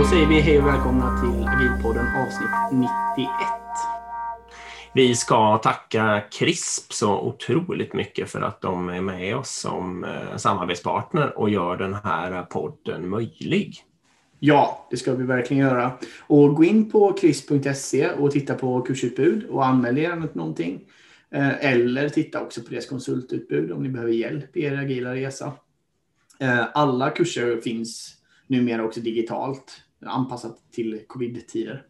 Då säger vi hej och välkomna till Agilpodden avsnitt 91. Vi ska tacka CRISP så otroligt mycket för att de är med oss som samarbetspartner och gör den här podden möjlig. Ja, det ska vi verkligen göra. Och gå in på crisp.se och titta på kursutbud och anmäl er någonting. Eller titta också på deras konsultutbud om ni behöver hjälp i er agila resa. Alla kurser finns numera också digitalt, anpassat till covid-tider.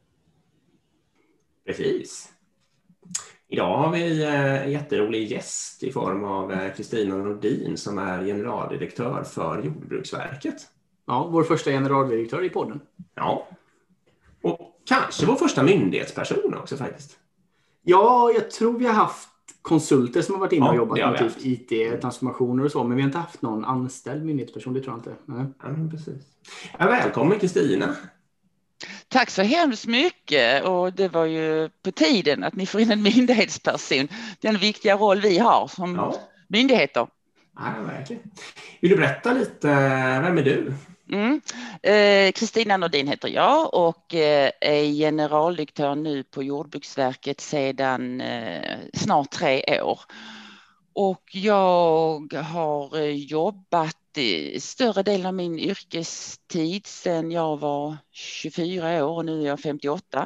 Precis. Idag har vi en jätterolig gäst i form av Kristina Nordin som är generaldirektör för Jordbruksverket. Ja, vår första generaldirektör i podden. Ja, och kanske vår första myndighetsperson också faktiskt. Ja, jag tror vi har haft konsulter som har varit inne och jobbat med typ IT-transformationer och så, men vi har inte haft någon anställd myndighetsperson, det tror jag inte. Nej. Ja, precis. Ja, välkommen Kristina. Tack så hemskt mycket, och det var ju på tiden att ni får in en myndighetsperson. Den viktiga roll vi har som myndigheter. Ja, verkligen. Vill du berätta lite, vem är du? Kristina Nordin heter jag och är generaldirektör nu på Jordbruksverket sedan snart 3 år. Och jag har jobbat större delen av min yrkestid sedan jag var 24 år och nu är jag 58.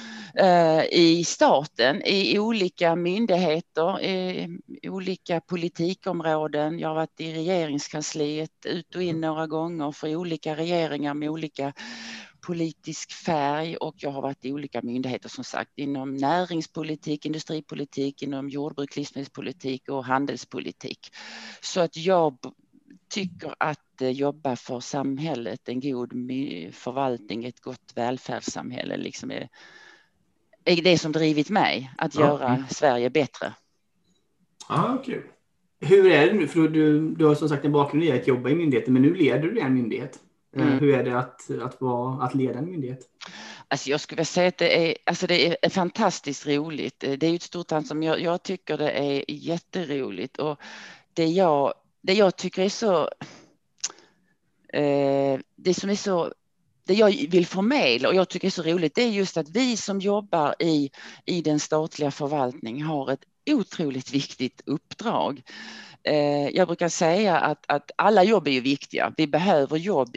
I staten, i olika myndigheter, i olika politikområden. Jag har varit i regeringskansliet ut och in några gånger för olika regeringar med olika politisk färg, och jag har varit i olika myndigheter som sagt inom näringspolitik, industripolitik, inom jordbruk, livsmedelspolitik och handelspolitik. Så att jag tycker att jobba för samhället, en god förvaltning, ett gott välfärdssamhälle liksom är det som drivit mig att göra Sverige bättre. Ja, kul. Hur är det nu? För du har som sagt en bakgrund i att jobba i myndigheten, men nu leder du en myndighet. Hur är det att leda en myndighet? Alltså jag skulle säga att det är fantastiskt roligt. Det är ju ett stort ansvar, jag tycker det är jätteroligt. Och det jag tycker är så... Det jag vill förmedla och jag tycker är så roligt, det är just att vi som jobbar i den statliga förvaltningen har ett otroligt viktigt uppdrag. Jag brukar säga att alla jobb är ju viktiga. Vi behöver jobb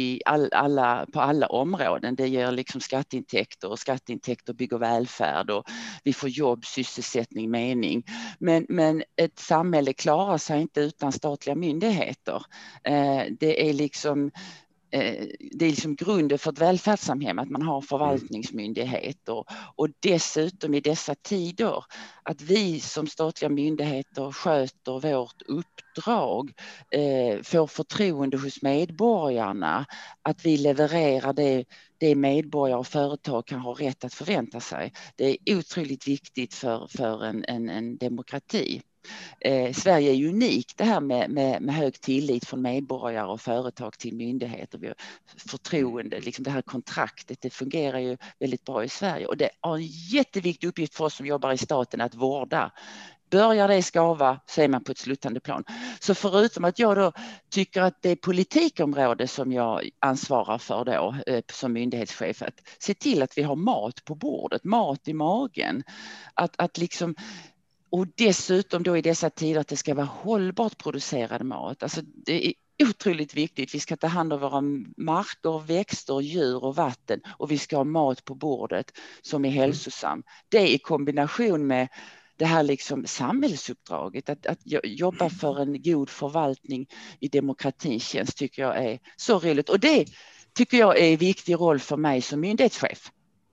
på alla områden. Det ger liksom skatteintäkter, och skatteintäkter bygger välfärd, och vi får jobb, sysselsättning, mening. Men ett samhälle klarar sig inte utan statliga myndigheter. Det är liksom grunden för ett välfärdssamhälle att man har förvaltningsmyndigheter, och dessutom i dessa tider att vi som statliga myndigheter sköter vårt uppdrag, får förtroende hos medborgarna, att vi levererar det medborgare och företag kan ha rätt att förvänta sig. Det är otroligt viktigt för en demokrati. Sverige är unikt det här med hög tillit från medborgare och företag till myndigheter. Vi har förtroende, liksom det här kontraktet, det fungerar ju väldigt bra i Sverige, och det är en jätteviktig uppgift för oss som jobbar i staten att vårda. Börjar det skava så är man på ett sluttande plan. Så förutom att jag då tycker att det är politikområde som jag ansvarar för då som myndighetschef, att se till att vi har mat på bordet, mat i magen, att liksom. Och dessutom då i dessa tider att det ska vara hållbart producerad mat. Alltså det är otroligt viktigt. Vi ska ta hand om våra marker, växter, djur och vatten, och vi ska ha mat på bordet som är hälsosam. Det i kombination med det här liksom samhällsuppdraget, att jobba för en god förvaltning i demokratins tjänst, tycker jag är så roligt. Och det tycker jag är en viktig roll för mig som myndighetschef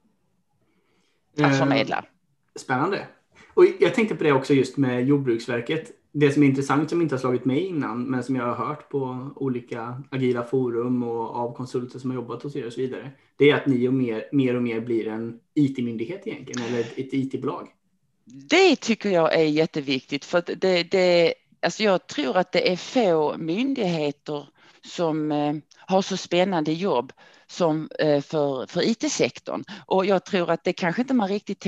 att förmedla. Spännande. Och jag tänkte på det också just med Jordbruksverket. Det som är intressant, som inte har slagit mig innan, men som jag har hört på olika agila forum och av konsulter som har jobbat hos er och så vidare, det är att ni mer och mer blir en IT-myndighet egentligen, eller ett IT-bolag. Det tycker jag är jätteviktigt, för alltså jag tror att det är få myndigheter som har så spännande jobb som för IT-sektorn. Och jag tror att det kanske inte man riktigt tänker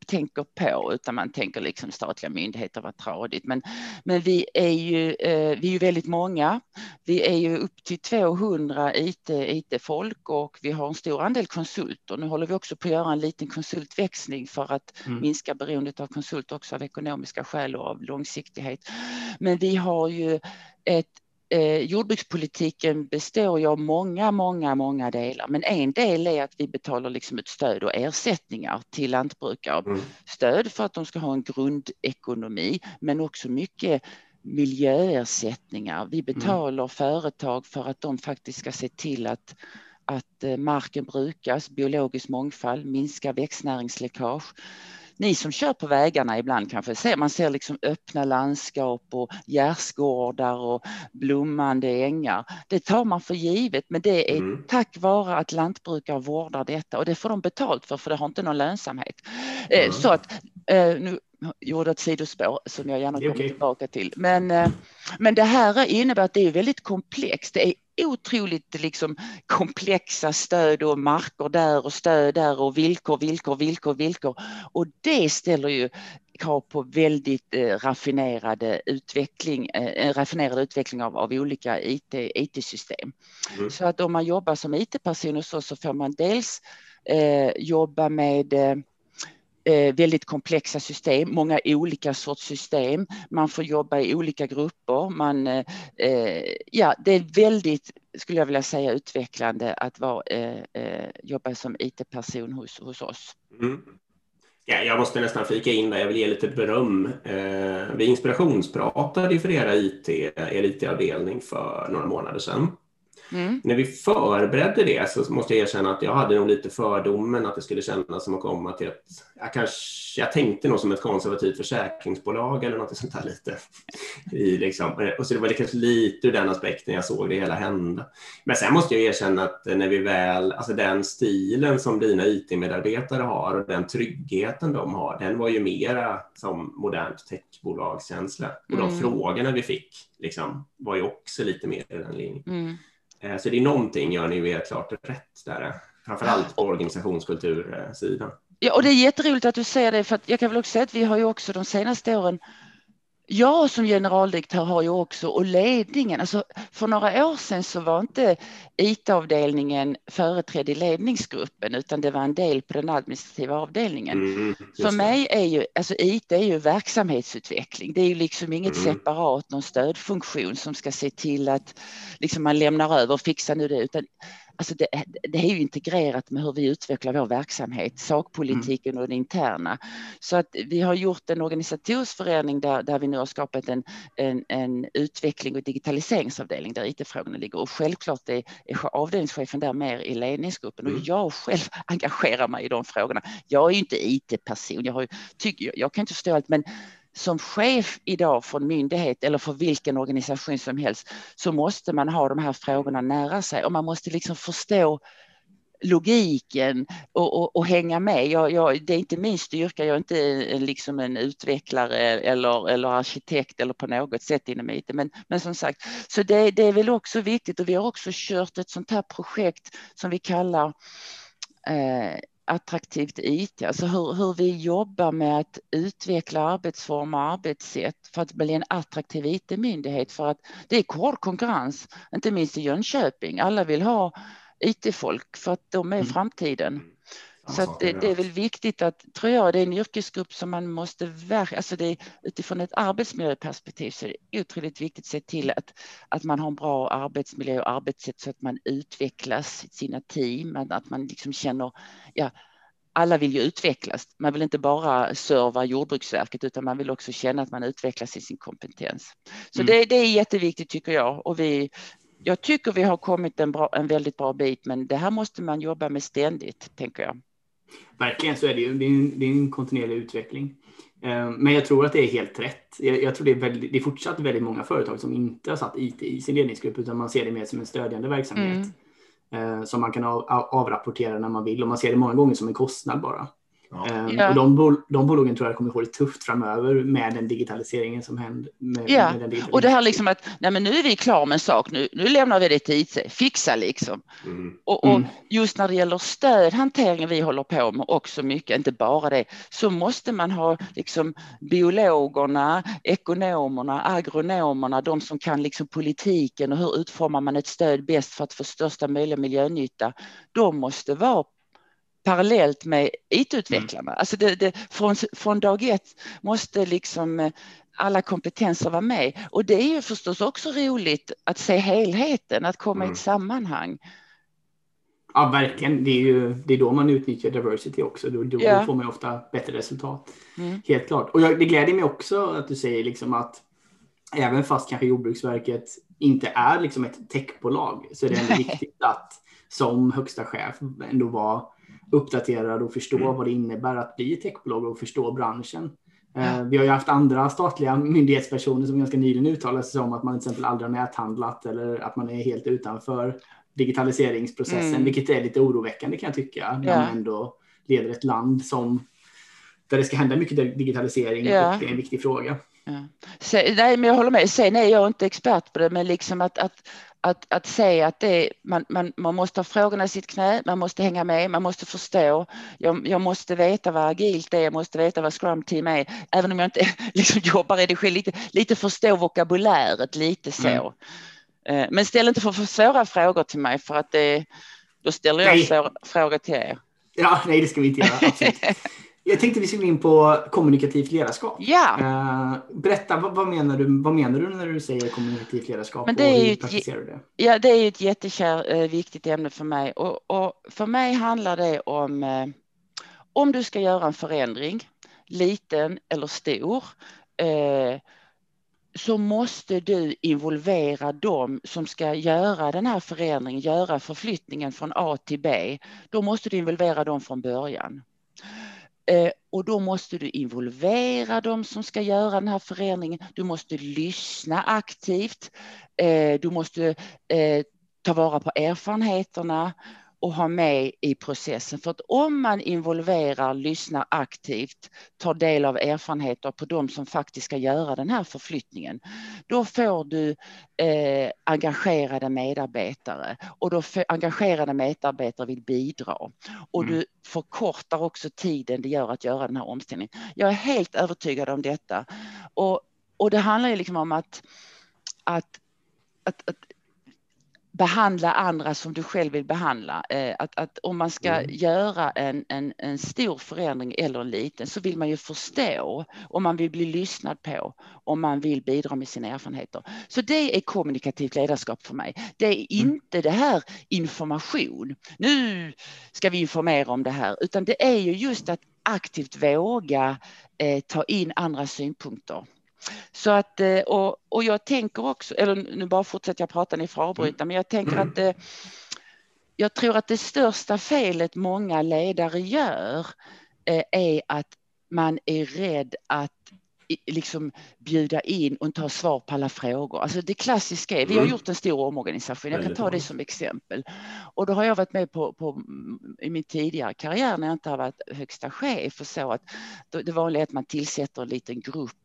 tänker på, utan man tänker liksom statliga myndigheter var tradigt. Men vi är ju väldigt många. Vi är ju upp till 200 IT-folk och vi har en stor andel konsulter. Nu håller vi också på att göra en liten konsultväxling för att minska beroendet av konsulter också av ekonomiska skäl och av långsiktighet. Men vi har ju jordbrukspolitiken består ju av många delar, men en del är att vi betalar liksom ett stöd och ersättningar till lantbrukare. Stöd för att de ska ha en grundekonomi, men också mycket miljöersättningar. Vi betalar företag för att de faktiskt ska se till att marken brukas, biologisk mångfald, minska växtnäringsläckage. Ni som kör på vägarna ibland kanske ser, man ser liksom öppna landskap och gärdsgårdar och blommande ängar. Det tar man för givet, men det är tack vare att lantbrukare vårdar detta, och det får de betalt för det har inte någon lönsamhet. Så att nu gjorde ett sidospår som jag gärna kommer tillbaka till. Men det här innebär att det är väldigt komplext. Det är otroligt liksom komplexa stöd och marker där och stöd där och villkor. Och det ställer ju krav på väldigt raffinerad utveckling av olika IT-system. Så att om man jobbar som IT-person så får man dels jobba med väldigt komplexa system, många olika sorts system. Man får jobba i olika grupper. Det är väldigt, skulle jag vilja säga, utvecklande att jobba som IT-person hos oss. Ja, jag måste nästan flika in där. Jag vill ge lite beröm. Vi inspirationspratade för era IT-avdelning för några månader sedan. När vi förberedde det så måste jag erkänna att jag hade nog lite fördomen att det skulle kännas som att komma till jag tänkte nog som ett konservativt försäkringsbolag eller något sånt här lite. Och så det var kanske lite ur den aspekten jag såg det hela hända. Men sen måste jag erkänna att när vi väl, alltså den stilen som dina IT-medarbetare har och den tryggheten de har, den var ju mera som modernt techbolagskänsla. Och de frågorna vi fick var ju också lite mer i den linjen. Så det är någonting gör ni ju klart rätt där, framförallt på organisationskultursidan. Ja, och det är jätteroligt att du säger det, för att jag kan väl också säga att vi har ju också de senaste åren, jag som generaldirektör har ju också, och ledningen, alltså för några år sedan så var inte IT-avdelningen företrädd i ledningsgruppen, utan det var en del på den administrativa avdelningen. För mig är ju, alltså IT är ju verksamhetsutveckling. Det är ju liksom inget separat, någon stödfunktion som ska se till att liksom man lämnar över och fixar nu det, utan alltså det är ju integrerat med hur vi utvecklar vår verksamhet, sakpolitiken och det interna. Så att vi har gjort en organisatorisk förändring där vi nu har skapat en utveckling och digitaliseringsavdelning där IT-frågorna ligger. Och självklart är avdelningschefen där mer i ledningsgruppen. Och jag själv engagerar mig i de frågorna. Jag är ju inte IT-person, jag kan inte förstå allt, men som chef idag för en myndighet eller för vilken organisation som helst så måste man ha de här frågorna nära sig, och man måste liksom förstå logiken och hänga med. Det är inte min styrka, jag är inte liksom en utvecklare eller arkitekt eller på något sätt inom IT, men som sagt, så det är väl också viktigt, och vi har också kört ett sånt här projekt som vi kallar attraktivt IT, alltså hur vi jobbar med att utveckla arbetsformer och arbetssätt för att bli en attraktiv IT-myndighet, för att det är hård konkurrens, inte minst i Jönköping. Alla vill ha IT-folk för att de är framtiden. Så att det är väl viktigt att, tror jag, det är en yrkesgrupp som man måste alltså det är, utifrån ett arbetsmiljöperspektiv så är det otroligt viktigt att se till att man har en bra arbetsmiljö och arbetssätt så att man utvecklas sina team, att man liksom känner, alla vill ju utvecklas. Man vill inte bara serva Jordbruksverket, utan man vill också känna att man utvecklas i sin kompetens. Så det är jätteviktigt, tycker jag, och jag tycker vi har kommit en väldigt bra bit, men det här måste man jobba med ständigt, tänker jag. Verkligen, så är det ju. Det är en kontinuerlig utveckling. Men jag tror att det är helt rätt. Jag tror det är fortsatt väldigt många företag som inte har satt IT i sin ledningsgrupp, utan man ser det mer som en stödjande verksamhet som man kan avrapportera när man vill, och man ser det många gånger som en kostnad bara. Och de bolagen tror jag kommer få det tufft framöver med den digitaliseringen som händer. Och det här liksom att nej, men nu är vi klara med en sak, nu lämnar vi det till IT, fixa liksom. Och just när det gäller stödhanteringen vi håller på med också mycket, inte bara det, så måste man ha liksom biologerna, ekonomerna, agronomerna, de som kan liksom politiken och hur utformar man ett stöd bäst för att få största möjliga miljönytta. De måste vara parallellt med IT-utvecklarna. Alltså från dag ett måste liksom alla kompetenser vara med. Och det är ju förstås också roligt att se helheten, att komma i ett sammanhang. Ja, verkligen. Det är då man utnyttjar diversity också. Då får man ofta bättre resultat. Helt klart. Och det gläder mig också att du säger liksom att även fast kanske Jordbruksverket inte är liksom ett techbolag, så är det ändå viktigt att som högsta chef ändå vara uppdaterad och förstå vad det innebär att bli ett techbolag och förstå branschen. Vi har ju haft andra statliga myndighetspersoner som ganska nyligen uttalat sig om att man till exempel aldrig har näthandlat eller att man är helt utanför digitaliseringsprocessen, vilket är lite oroväckande kan jag tycka, när man ändå leder ett land där det ska hända mycket digitalisering och det är en viktig fråga. Nej, men jag håller med. Sen är jag inte expert på det, men liksom att säga att man måste ha frågorna i sitt knä, man måste hänga med, man måste förstå. Jag måste veta vad agilt är, jag måste veta vad Scrum Team är, även om jag inte liksom jobbar i det själv, lite förstå vokabuläret, lite så. Men ställ inte för svåra frågor till mig, för att då ställer jag frågor till er. Ja, nej, det ska vi inte göra, absolut. Jag tänkte vi skulle gå in på kommunikativt ledarskap. Berätta, vad menar du när du säger kommunikativt ledarskap? Men det och hur praktiserar du det? Ja, det är ett viktigt ämne för mig. Och för mig handlar det om du ska göra en förändring, liten eller stor, så måste du involvera dem som ska göra den här förändringen, göra förflyttningen från A till B. Då måste du involvera dem från början. Och då måste du involvera dem som ska göra den här förändringen. Du måste lyssna aktivt. Du måste ta vara på erfarenheterna och ha med i processen. För att om man involverar, lyssnar aktivt, tar del av erfarenheter på de som faktiskt ska göra den här förflyttningen, då får du engagerade medarbetare, och då engagerade medarbetare vill bidra, och du förkortar också tiden det gör att göra den här omställningen. Jag är helt övertygad om detta, och det handlar ju liksom om att behandla andra som du själv vill behandla. Att om man ska göra en stor förändring eller en liten, så vill man ju förstå, och man vill bli lyssnad på, och man vill bidra med sina erfarenheter. Så det är kommunikativt ledarskap för mig. Det är inte det här information. Nu ska vi informera om det här, utan det är ju just att aktivt våga ta in andra synpunkter. Så att, och jag tänker också, eller nu bara fortsätter jag prata, ni får avbryta, men jag tänker att jag tror att det största felet många ledare gör är att man är rädd att liksom bjuda in och ta svar på alla frågor. Alltså det klassiska är, vi har gjort en stor omorganisation, jag kan ta det som exempel. Och då har jag varit med i min tidigare karriär när jag inte har varit högsta chef, och så att det vanliga är att man tillsätter en liten grupp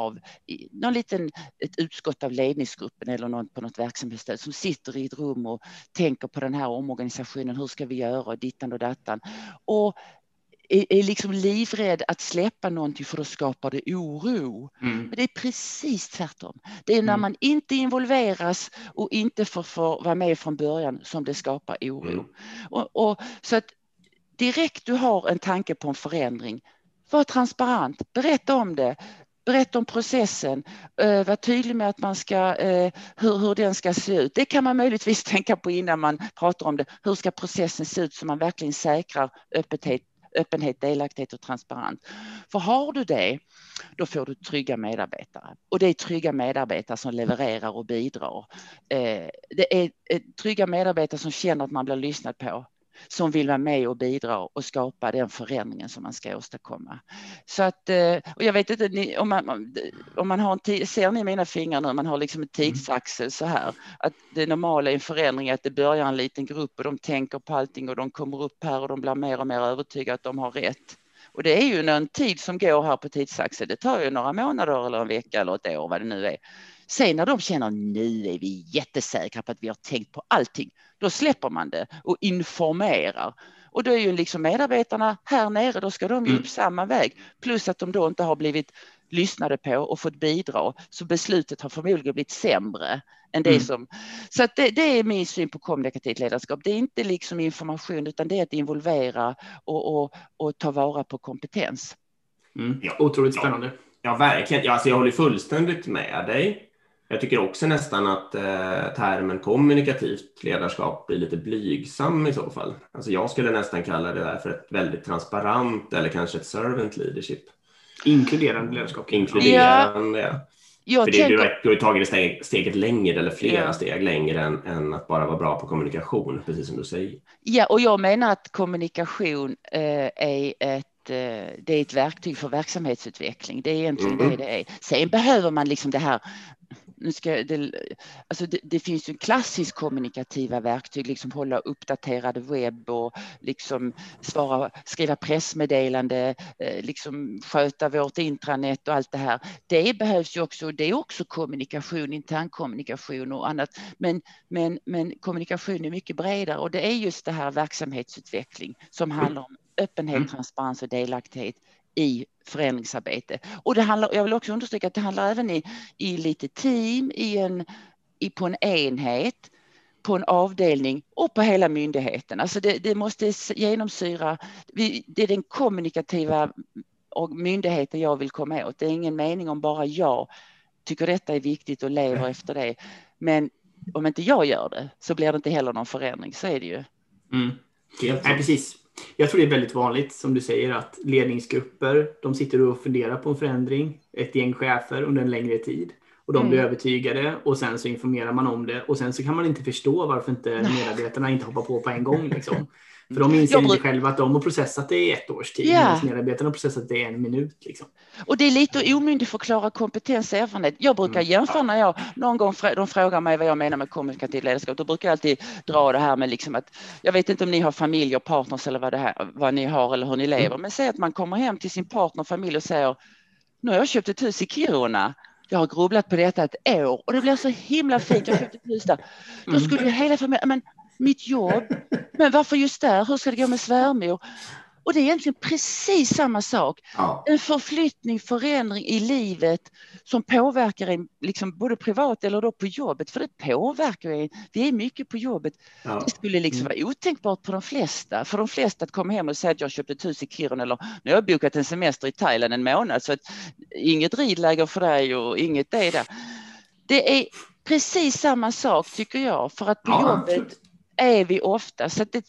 ett utskott av ledningsgruppen eller någon på något verksamhetsstöd som sitter i ett rum och tänker på den här omorganisationen, hur ska vi göra, dittan och dattan. Och är liksom livrädd att släppa någonting, för då skapar det oro. Men det är precis tvärtom. Det är när man inte involveras och inte får vara med från början som det skapar oro. Och så att direkt du har en tanke på en förändring, var transparent, berätta om det. Berätta om processen, var tydlig med att man ska, hur den ska se ut. Det kan man möjligtvis tänka på innan man pratar om det. Hur ska processen se ut så man verkligen säkrar öppenhet, delaktighet och transparens. För har du det, då får du trygga medarbetare. Och det är trygga medarbetare som levererar och bidrar. Det är trygga medarbetare som känner att man blir lyssnad på, som vill vara med och bidra och skapa den förändringen som man ska åstadkomma. Så att, och jag vet inte, om man har ser ni mina fingrar nu, man har liksom en tidsaxel så här, att det normala i en förändring är att det börjar en liten grupp och de tänker på allting och de kommer upp här och de blir mer och mer övertygade att de har rätt. Och det är ju en tid som går här på tidsaxeln. Det tar ju några månader eller en vecka eller ett år, vad det nu är. Sen när de känner nu är vi jättesäkra på att vi har tänkt på allting, då släpper man det och informerar. Och då är ju liksom medarbetarna här nere, då ska de ju upp samma väg. Plus att de då inte har blivit lyssnade på och fått bidra. Så beslutet har förmodligen blivit sämre än det som... Så att det är min syn på kommunikativt ledarskap. Det är inte liksom information, utan det är att involvera och ta vara på kompetens. Ja, otroligt spännande. Ja, verkligen. Alltså, jag håller fullständigt med dig. Jag tycker också nästan att termen kommunikativt ledarskap blir lite blygsam i så fall. Alltså, jag skulle nästan kalla det där för ett väldigt transparent eller kanske ett servant leadership. Inkluderande ledarskap. Inkluderande, ja. För du har ju tagit steget längre eller flera steg längre än att bara vara bra på kommunikation, precis som du säger. Ja, och jag menar att kommunikation är ett verktyg för verksamhetsutveckling. Det är egentligen det är. Sen behöver man liksom det här... Det finns ju klassisk kommunikativa verktyg, liksom hålla uppdaterad webb och liksom skriva pressmeddelande, liksom sköta vårt intranet och allt det här. Det behövs ju också, det är också kommunikation, internkommunikation och annat. Men kommunikation är mycket bredare, och det är just det här verksamhetsutveckling som handlar om öppenhet, transparens och delaktighet i förändringsarbete. Och jag vill också understryka att det handlar även i lite team, på en enhet, på en avdelning och på hela myndigheten. Alltså det måste genomsyra, det är den kommunikativa myndigheten jag vill komma åt. Det är ingen mening om bara jag tycker detta är viktigt och lever efter det. Men om inte jag gör det så blir det inte heller någon förändring, så är det ju. Nej, precis. Jag tror det är väldigt vanligt, som du säger, att ledningsgrupper, de sitter och funderar på en förändring, ett gäng chefer under en längre tid. Och de blir övertygade, och sen så informerar man om det. Och sen så kan man inte förstå varför inte medarbetarna inte hoppar på en gång. Liksom. För de inser inte själva att de har processat det i 1 års tid. Medan medarbetarna har processat det i 1 minut. Liksom. Och det är lite omyndigförklara kompetens och erfarenhet. Jag brukar jämföra när jag någon gång de frågar mig vad jag menar med kommunikativt ledarskap. Då brukar jag alltid dra det här med liksom att, jag vet inte om ni har familj och partners eller vad ni har eller hur ni lever. Men säg att man kommer hem till sin partner och familj och säger, nu har jag köpt ett hus i Kiruna. Jag har grubblat på detta 1 år och det blir så himla fint. Jag har köpt ett hus där. Då skulle ju hela familjen, men mitt jobb, men varför just där? Hur ska det gå med svärmor? Och det är egentligen precis samma sak. Ja. En förflyttning, förändring i livet som påverkar en liksom både privat eller då på jobbet. För det påverkar en. Vi är mycket på jobbet. Ja. Det skulle liksom vara otänkbart på de flesta. För de flesta att komma hem och säga att jag köpt ett hus i Kiruna eller nu har jag bokat en semester i Thailand 1 månad. Så att inget ridläger för dig och inget det där. Det är precis samma sak tycker jag. För att på jobbet är vi ofta. Så att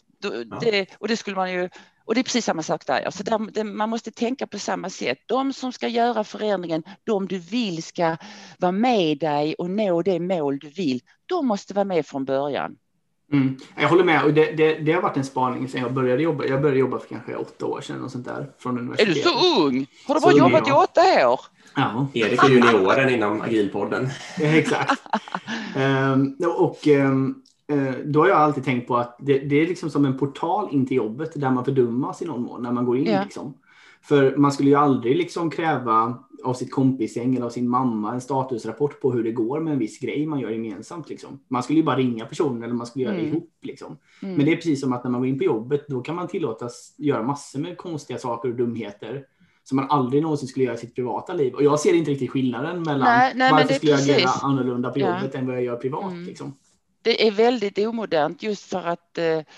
och det skulle man ju... Och det är precis samma sak där. Så man måste tänka på samma sätt. De som ska göra förändringen, de du vill ska vara med dig och nå det mål du vill, de måste vara med från början. Jag håller med. Och det har varit en spaning sedan jag började jobba. Jag började jobba för kanske 8 år sedan och sånt där från universitetet. Är du så ung? Har du bara jobbat i 8 år? Ja. Erik är junioren inom Agilpodden. Ja, exakt. Då har jag alltid tänkt på att det är liksom som en portal in till jobbet där man fördummas i någon mån när man går in. Liksom. För man skulle ju aldrig liksom kräva av sitt kompisgäng eller av sin mamma en statusrapport på hur det går med en viss grej man gör gemensamt. Liksom. Man skulle ju bara ringa personen eller man skulle göra det ihop. Liksom. Men det är precis som att när man går in på jobbet då kan man tillåtas göra massor med konstiga saker och dumheter som man aldrig någonsin skulle göra i sitt privata liv. Och jag ser inte riktigt skillnaden mellan varför skulle jag agera annorlunda på jobbet än vad jag gör privat. Liksom. Det är väldigt omodernt just för att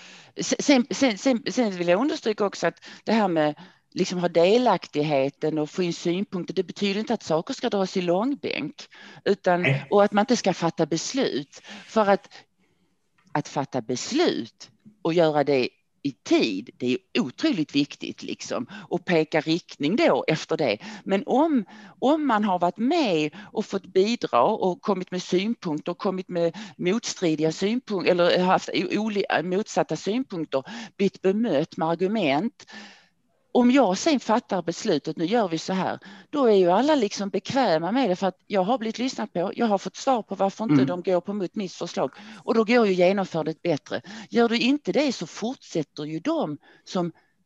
sen vill jag understryka också att det här med liksom ha delaktigheten och få in synpunkter, det betyder inte att saker ska dras i långbänk och att man inte ska fatta beslut. För att fatta beslut och göra det i tid, det är otroligt viktigt liksom, och peka riktning då efter det. Men om man har varit med och fått bidra och kommit med synpunkter och kommit med motstridiga synpunkter eller haft motsatta synpunkter, blivit bemött med argument. Om jag sen fattar beslutet, nu gör vi så här, då är ju alla liksom bekväma med det för att jag har blivit lyssnat på, jag har fått svar på varför inte de går på mitt förslag och då går ju genomförandet bättre. Gör du inte det så fortsätter ju de som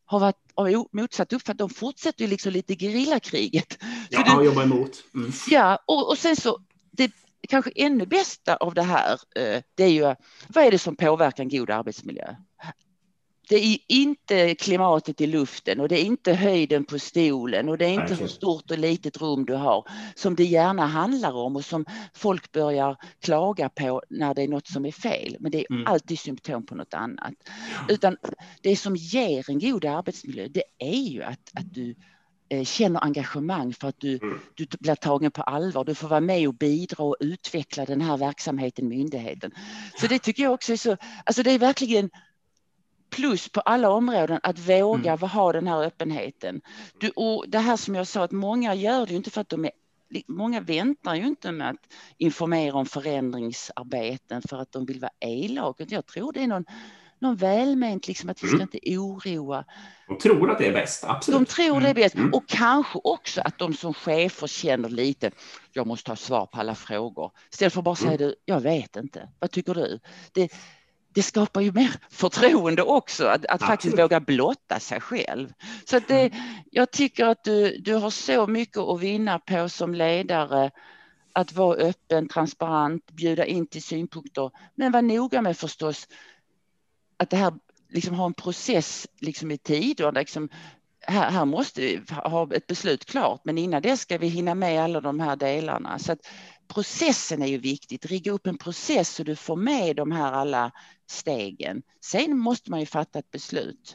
har varit av motsatt uppfattning. De fortsätter ju liksom lite gerillakriget. Ja, han jobbar emot. Mm. Ja, och sen så det kanske ännu bästa av det här, det är ju vad är det som påverkar en god arbetsmiljö? Det är inte klimatet i luften och det är inte höjden på stolen och det är inte hur stort och litet rum du har som det gärna handlar om och som folk börjar klaga på när det är något som är fel. Men det är alltid symptom på något annat. Utan det som ger en god arbetsmiljö, det är ju att du känner engagemang för att du blir tagen på allvar. Du får vara med och bidra och utveckla den här verksamheten, myndigheten. Så det tycker jag också är så, alltså det är verkligen plus på alla områden att våga ha den här öppenheten. Och det här som jag sa, att många gör det ju inte för att många väntar ju inte med att informera om förändringsarbeten för att de vill vara elaka. Jag tror det är någon välment liksom att vi ska inte oroa. De tror att det är bäst, absolut. De tror det är bäst. Och kanske också att de som chefer känner lite, jag måste ha svar på alla frågor. Istället för bara säga, jag vet inte. Vad tycker du? Det skapar ju mer förtroende också, att faktiskt våga blotta sig själv. Så att jag tycker att du har så mycket att vinna på som ledare, att vara öppen, transparent, bjuda in till synpunkter, men var noga med förstås att det här liksom har en process liksom i tid och liksom, här måste vi ha ett beslut klart, men innan det ska vi hinna med alla de här delarna. Så att processen är ju viktigt, rigga upp en process så du får med de här alla stegen. Sen måste man ju fatta ett beslut.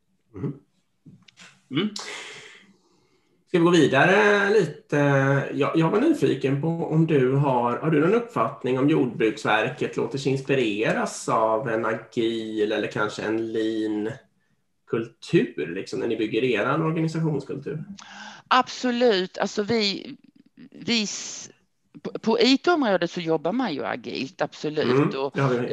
Ska vi gå vidare lite? Jag var nyfiken på om du har du någon uppfattning om Jordbruksverket låter sig inspireras av en agil eller kanske en lean kultur liksom, när ni bygger er organisationskultur? Absolut. Alltså på IT-området så jobbar man ju agilt, absolut. Och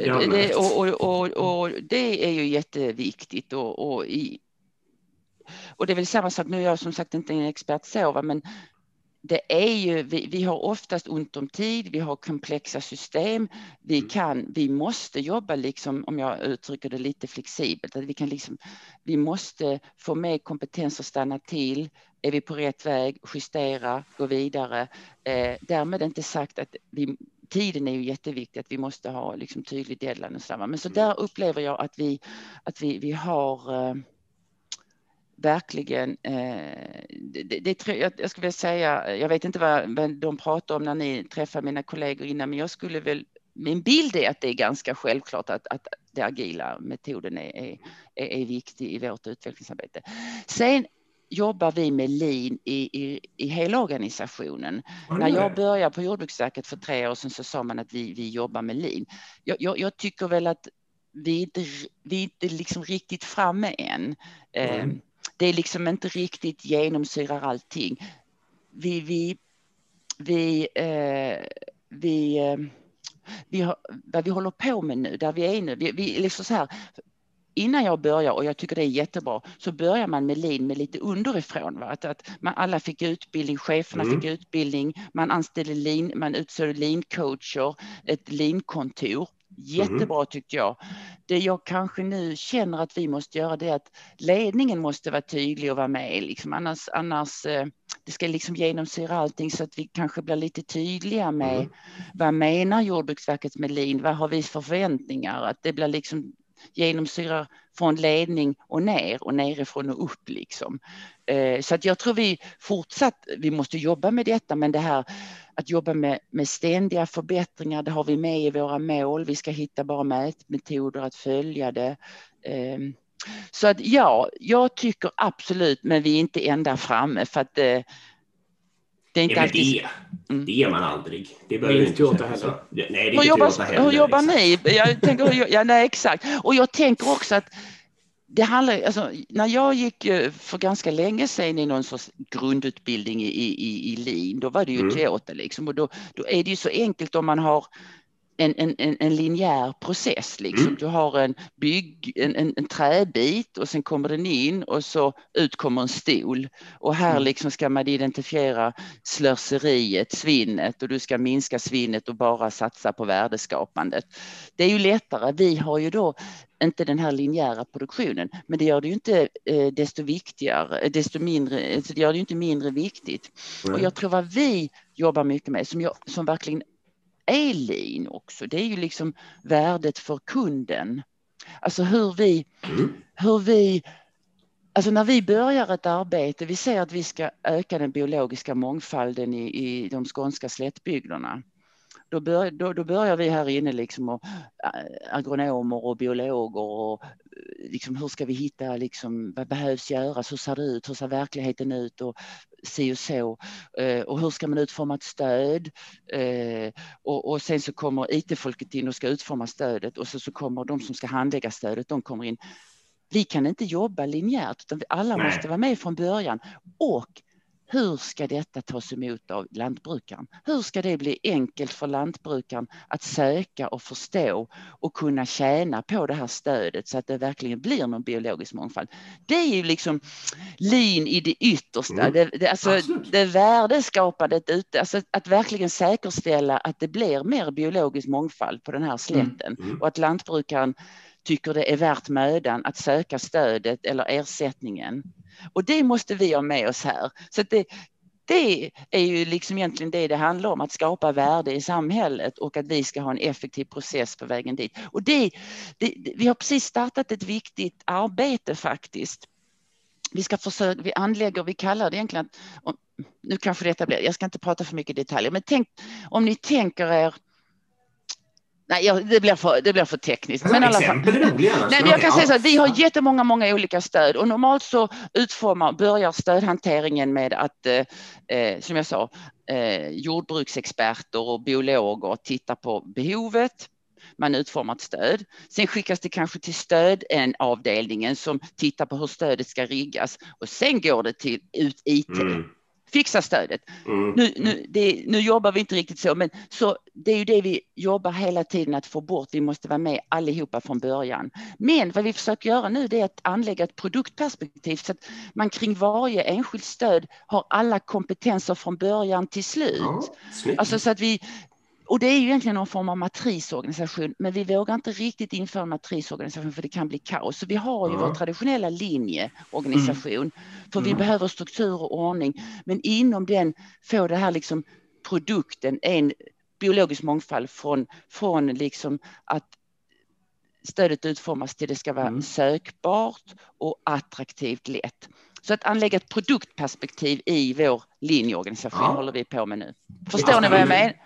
det är ju jätteviktigt. Och det är väl samma sak, nu är jag som sagt inte en expert så, men det är ju, vi har oftast ont om tid, vi har komplexa system, vi måste jobba liksom, om jag uttrycker det lite flexibelt, att vi måste få med kompetens att stanna till, är vi på rätt väg, justera, gå vidare. Därmed inte sagt att tiden är ju jätteviktig, att vi måste ha liksom tydlig deadline och sådär. Men så där upplever jag att vi har verkligen, jag skulle vilja säga, jag vet inte vad de pratar om när ni träffar mina kollegor innan, men min bild är att det är ganska självklart att den agila metoden är viktig i vårt utvecklingsarbete. Sen jobbar vi med lean i hela organisationen. När jag började på Jordbruksverket för 3 år sedan så sa man att vi jobbar med lean. Jag tycker väl att vi inte liksom riktigt framme än. Det är liksom inte riktigt genomsyrar allting. Vad vi håller på med nu, där vi är nu, vi liksom så här, innan jag börjar, och jag tycker det är jättebra, så börjar man med lean med lite underifrån. Va? Att alla fick utbildning, cheferna fick utbildning, man anställde lean, man utsåg lean-coacher, ett lean-kontor. Jättebra tyckte jag. Det jag kanske nu känner att vi måste göra, det är att ledningen måste vara tydlig och vara med. Liksom. Annars det ska liksom genomsyra allting, så att vi kanske blir lite tydliga med vad menar Jordbruksverket med lean? Vad har vi för förväntningar? Att det blir liksom genomsyra från ledning och ner och nerifrån och upp liksom. Så att jag tror vi måste jobba med detta, men det här att jobba med ständiga förbättringar, det har vi med i våra mål. Vi ska hitta bara mätmetoder att följa det. Så att ja, jag tycker absolut, men vi är inte ända framme, för att det är inte alltid... Det är man aldrig. Det behöver inte Toyota heller. Nej, det är inte Toyota heller. Hur jobbar ni? Jag tänker, nej, exakt. Och jag tänker också att det handlar, alltså, när jag gick för ganska länge sedan i någon sorts grundutbildning i lean, då var det ju Toyota liksom, och då är det ju så enkelt om man har en linjär process. Liksom. Du har en träbit och sen kommer den in och så ut kommer en stol. Och här liksom ska man identifiera slöseriet, svinnet, och du ska minska svinnet och bara satsa på värdeskapandet. Det är ju lättare. Vi har ju då inte den här linjära produktionen, men det gör det ju inte desto mindre, det gör det ju inte mindre viktigt. Och jag tror vad vi jobbar mycket med, som verkligen är lean också, det är ju liksom värdet för kunden. Alltså hur vi alltså när vi börjar ett arbete, vi säger att vi ska öka den biologiska mångfalden i de skånska slättbygderna. Då börjar vi här inne liksom, och agronomer och biologer, och liksom, hur ska vi hitta, liksom, vad behövs göras, hur ser det ut, hur ser verkligheten ut, och så, och hur ska man utforma ett stöd, och sen så kommer IT-folket in och ska utforma stödet, och så kommer de som ska handlägga stödet, de kommer in. Vi kan inte jobba linjärt, utan alla måste vara med från början. Och hur ska detta tas emot av lantbrukaren? Hur ska det bli enkelt för lantbrukaren att söka och förstå och kunna tjäna på det här stödet så att det verkligen blir någon biologisk mångfald? Det är ju liksom lean i det yttersta. Det värdeskapandet ute, alltså att verkligen säkerställa att det blir mer biologisk mångfald på den här slätten och att lantbrukaren tycker det är värt mödan att söka stödet eller ersättningen. Och det måste vi ha med oss här. Så att det är ju liksom egentligen det handlar om, att skapa värde i samhället och att vi ska ha en effektiv process på vägen dit. Och vi har precis startat ett viktigt arbete faktiskt. Vi ska försöka, vi kallar det egentligen, nu kanske detta blir, jag ska inte prata för mycket detaljer, men om ni tänker er. Nej, det blir för tekniskt. Men exempel är roliga. Nej, men jag kan säga så att vi har jättemånga olika stöd, och normalt så börjar stödhanteringen med att, som jag sa, jordbruksexperter och biologer tittar på behovet. Man utformar ett stöd. Sen skickas det kanske till stödavdelningen som tittar på hur stödet ska riggas, och sen går det till IT. Fixa stödet. Nu jobbar vi inte riktigt så, men så det är ju det vi jobbar hela tiden att få bort. Vi måste vara med allihopa från början. Men vad vi försöker göra nu, det är att anlägga ett produktperspektiv så att man kring varje enskilt stöd har alla kompetenser från början till slut. Alltså så att och det är ju egentligen någon form av matrisorganisation, men vi vågar inte riktigt införa en matrisorganisation för det kan bli kaos. Så vi har ju vår traditionella linjeorganisation, för vi behöver struktur och ordning, men inom den får det här liksom produkten en biologisk mångfald från liksom att stödet utformas till det ska vara sökbart och attraktivt lätt. Så att anlägga ett produktperspektiv i vår linjeorganisation håller vi på med nu. Förstår ni vad jag menar?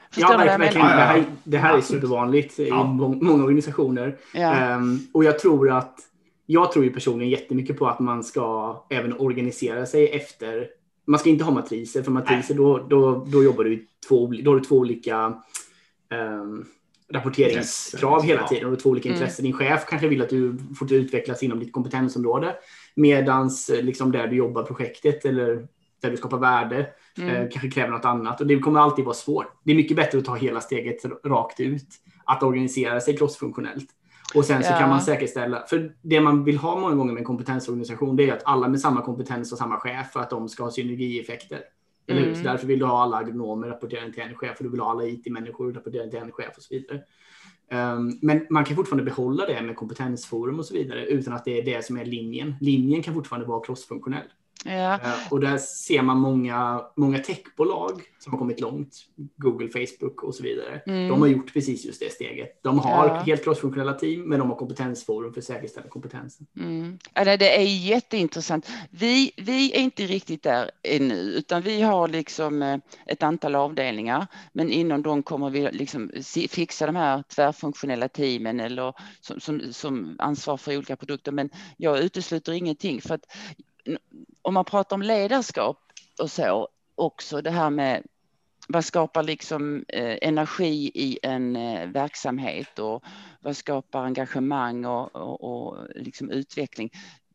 Det här är supervanligt i många organisationer. Ja. Och jag tror ju personligen jättemycket på att man ska även organisera sig efter. Man ska inte ha matriser, för matriser då jobbar du då har du två olika rapporteringskrav hela tiden, och två olika intressen. Din chef kanske vill att du får utvecklas inom ditt kompetensområde, medans liksom där du jobbar projektet eller där du skapar värde kanske kräver något annat, och det kommer alltid vara svårt. Det är mycket bättre att ta hela steget rakt ut, att organisera sig crossfunktionellt, och sen så kan man säkerställa, för det man vill ha många gånger med en kompetensorganisation, det är att alla med samma kompetens och samma chef, för att de ska ha synergieffekter. Eller hur? Så därför vill du ha alla agronomer rapporterande till en chef, och du vill ha alla IT-människor rapporterande till en chef och så vidare. Men man kan fortfarande behålla det med kompetensforum och så vidare utan att det är det som är linjen. Linjen kan fortfarande vara crossfunktionell. Ja. Och där ser man många techbolag som har kommit långt, Google, Facebook och så vidare. De har gjort precis just det steget. De har helt crossfunktionella team, men de har kompetensforum för att säkerställa kompetensen. Ja, det är jätteintressant. Vi är inte riktigt där ännu, utan vi har liksom ett antal avdelningar, men inom dem kommer vi liksom fixa de här tvärfunktionella teamen eller som ansvar för olika produkter. Men jag utesluter ingenting, för att om man pratar om ledarskap och så, också det här med vad skapar liksom energi i en verksamhet, och vad skapar engagemang och liksom utveckling.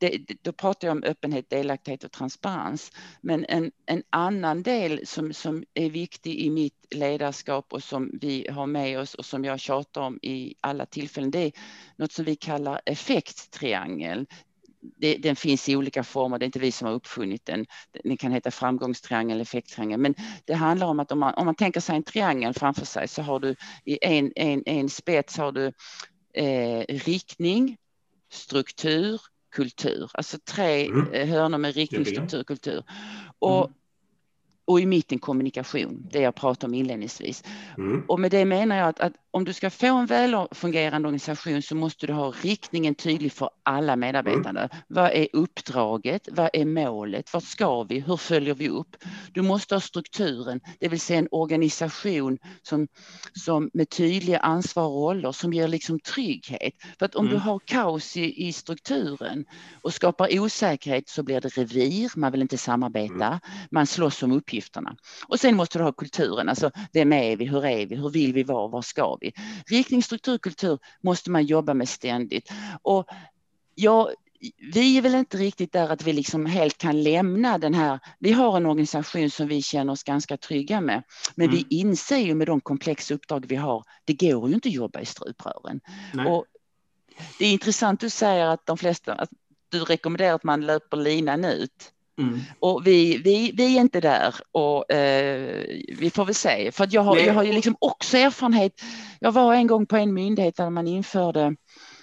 då pratar jag om öppenhet, delaktighet och transparens. Men en annan del som är viktig i mitt ledarskap och som vi har med oss och som jag tjatar om i alla tillfällen, det är något som vi kallar effekttriangel. Den finns i olika former, det är inte vi som har uppfunnit den. Den kan heta framgångstriangel, effekttriangel. Men det handlar om att om man tänker sig en triangel framför sig, så har du i en spets har du riktning, struktur, kultur. Alltså 3 hörnor med riktning, struktur, kultur. Och i mitten kommunikation, det jag pratade om inledningsvis. Och med det menar jag att om du ska få en välfungerande organisation så måste du ha riktningen tydlig för alla medarbetare. Vad är uppdraget? Vad är målet? Vart ska vi? Hur följer vi upp? Du måste ha strukturen, det vill säga en organisation som med tydliga ansvar och roller som ger liksom trygghet. För att om du har kaos i strukturen och skapar osäkerhet så blir det revir, man vill inte samarbeta, man slåss om uppgifterna. Och sen måste du ha kulturen, alltså vem är vi, hur vill vi vara, var ska vi? Riktning, struktur, kultur måste man jobba med ständigt. Och vi är väl inte riktigt där att vi liksom helt kan lämna den här. Vi har en organisation som vi känner oss ganska trygga med. Men vi inser ju med de komplexa uppdrag vi har, det går ju inte att jobba i struprören. Och det är intressant du säger att att du rekommenderar att man löper linan ut. Och vi är inte där och vi får väl se. För att jag har ju liksom också erfarenhet. Jag var en gång på en myndighet där man införde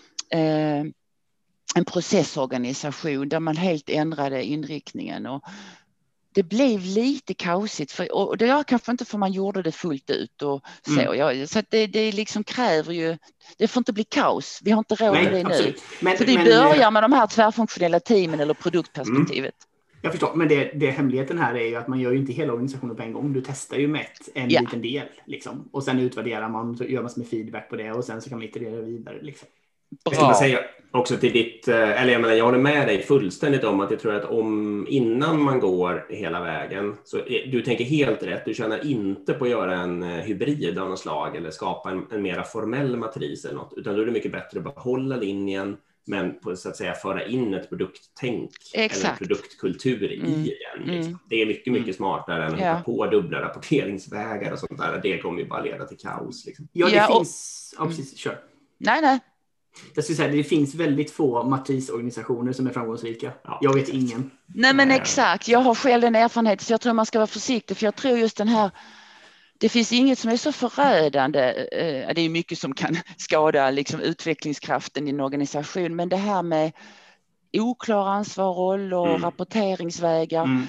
en processorganisation där man helt ändrade inriktningen. Och det blev lite kaosigt. Och det var kanske inte för man gjorde det fullt ut. Och så att det liksom kräver ju, det får inte bli kaos. Vi har inte råd med det nu. Så vi börjar med de här tvärfunktionella teamen eller produktperspektivet. Jag förstår, men det hemligheten här är ju att man gör ju inte hela organisationen på en gång. Du testar ju med en liten del. Liksom. Och sen utvärderar man, så gör man med feedback på det och sen så kan man iterera vidare. Liksom. Jag ska säga också till ditt, eller jag håller med dig fullständigt om att jag tror att innan man går hela vägen, så du tänker helt rätt, du tjänar inte på att göra en hybrid av något slag eller skapa en mera formell matris eller något, utan då är det mycket bättre att behålla linjen men på så att säga föra in ett produkttänk eller en produktkultur i den. Liksom. Det är mycket, mycket smartare än att hitta på dubbla rapporteringsvägar och sånt där. Det kommer ju bara leda till kaos. Liksom. Ja, det finns... Ja, precis. Kör. Nej. Jag skulle säga att det finns väldigt få matrisorganisationer som är framgångsrika. Ja. Jag vet ingen. Nej, men exakt. Jag har själv en erfarenhet så jag tror man ska vara försiktig. För jag tror just den här... Det finns inget som är så förödande. Det är mycket som kan skada liksom, utvecklingskraften i en organisation. Men det här med oklara ansvar, roll och rapporteringsvägar.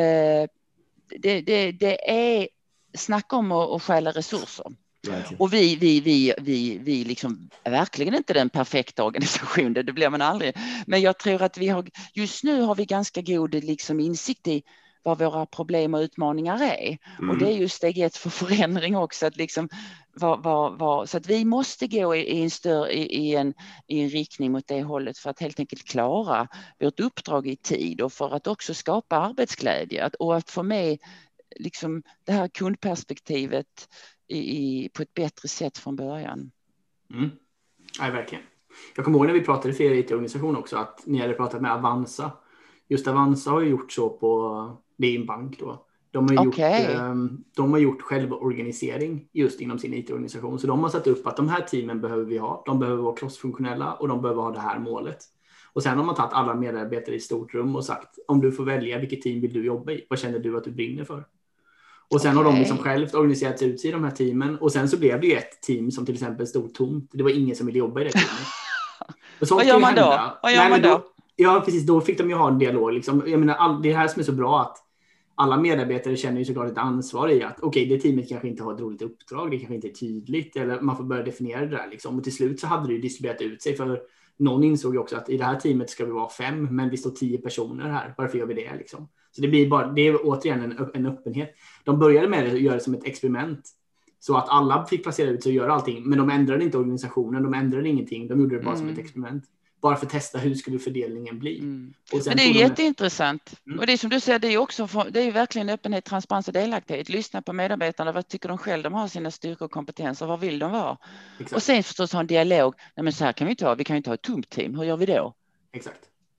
Det är snack om att stjäla resurser. Verkligen. Och vi liksom verkligen inte den perfekta organisationen. Det blir man aldrig. Men jag tror att just nu har vi ganska god liksom, insikt i vad våra problem och utmaningar är. Och det är ju steg 1 för förändring också. Att liksom, så att vi måste gå i en riktning mot det hållet för att helt enkelt klara vårt uppdrag i tid och för att också skapa arbetsglädje. Och att få med liksom, det här kundperspektivet på ett bättre sätt från början. Ja, verkligen. Jag kommer ihåg när vi pratade för er IT-organisation också att ni hade pratat med Avanza. Just Avanza har ju gjort så på din bank då. De har gjort självorganisering just inom sin IT-organisation. Så de har satt upp att de här teamen behöver vi ha. De behöver vara crossfunktionella och de behöver ha det här målet. Och sen har man tagit alla medarbetare i ett stort rum och sagt om du får välja vilket team vill du jobba i. Vad känner du att du brinner för? Och sen har de liksom själv organiserat ut sig i de här teamen. Och sen så blev det ju ett team som till exempel stod tomt. Det var ingen som ville jobba i det teamet. Vad gör man då? Ja, precis. Då fick de ju ha en dialog. Liksom. Jag menar, det här som är så bra att alla medarbetare känner ju såklart ett ansvar i att det teamet kanske inte har ett roligt uppdrag. Det kanske inte är tydligt. Eller man får börja definiera det där. Liksom. Och till slut så hade det ju distribuerat ut sig. För någon insåg ju också att i det här teamet ska vi vara 5. Men vi står 10 personer här. Varför gör vi det? Liksom? Så det är återigen en öppenhet. De började med att göra det som ett experiment. Så att alla fick placera ut sig och göra allting. Men de ändrade inte organisationen. De ändrade ingenting. De gjorde det bara som ett experiment. Bara för att testa hur skulle fördelningen bli. Och sen men det är jätteintressant. Och det är som du säger, det är verkligen öppenhet, transparens och delaktighet. Lyssna på medarbetarna, vad tycker de själva, de har sina styrkor och kompetenser, vad vill de vara? Exakt. Och sen förstås ha en dialog. Nej, men så här kan vi inte ha, vi kan ju inte ha ett tomt team, hur gör vi då? Exakt.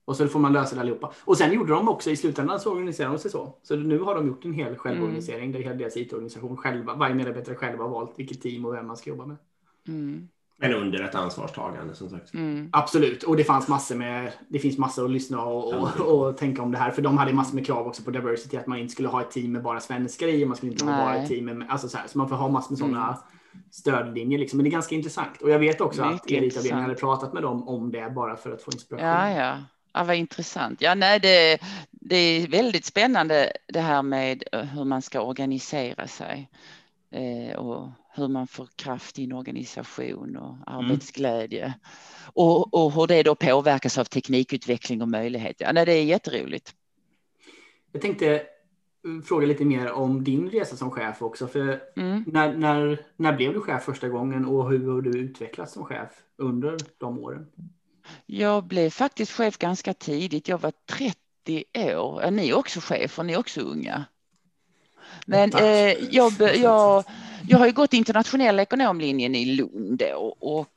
Och så får man lösa det allihopa. Och sen gjorde de också i slutändan så organiserade de sig så. Så nu har de gjort en hel självorganisering där hela deras IT-organisation själva, varje medarbetare själva har valt vilket team och vem man ska jobba med. Men under ett ansvarstagande som sagt. Absolut, och det finns massor att lyssna och tänka om det här. För de hade massor med krav också på diversity, att man inte skulle ha ett team med bara svenskar i, man skulle inte ha bara ett team med, alltså så här, så man får ha massor med sådana stödlinjer liksom. Men det är ganska intressant. Och jag vet också att elitavdelningen hade pratat med dem om det bara för att få inspiration. Ja, vad intressant. Ja, nej, det är väldigt spännande det här med hur man ska organisera sig och hur man får kraft i en organisation och arbetsglädje och hur det då påverkas av teknikutveckling och möjligheter. Ja, nej, det är jätteroligt. Jag tänkte fråga lite mer om din resa som chef också. För när blev du chef första gången och hur har du utvecklats som chef under de åren? Jag blev faktiskt chef ganska tidigt. Jag var 30 år. Ni är också chefer, ni är också unga. Men jag har ju gått internationella ekonomlinjen i Lund och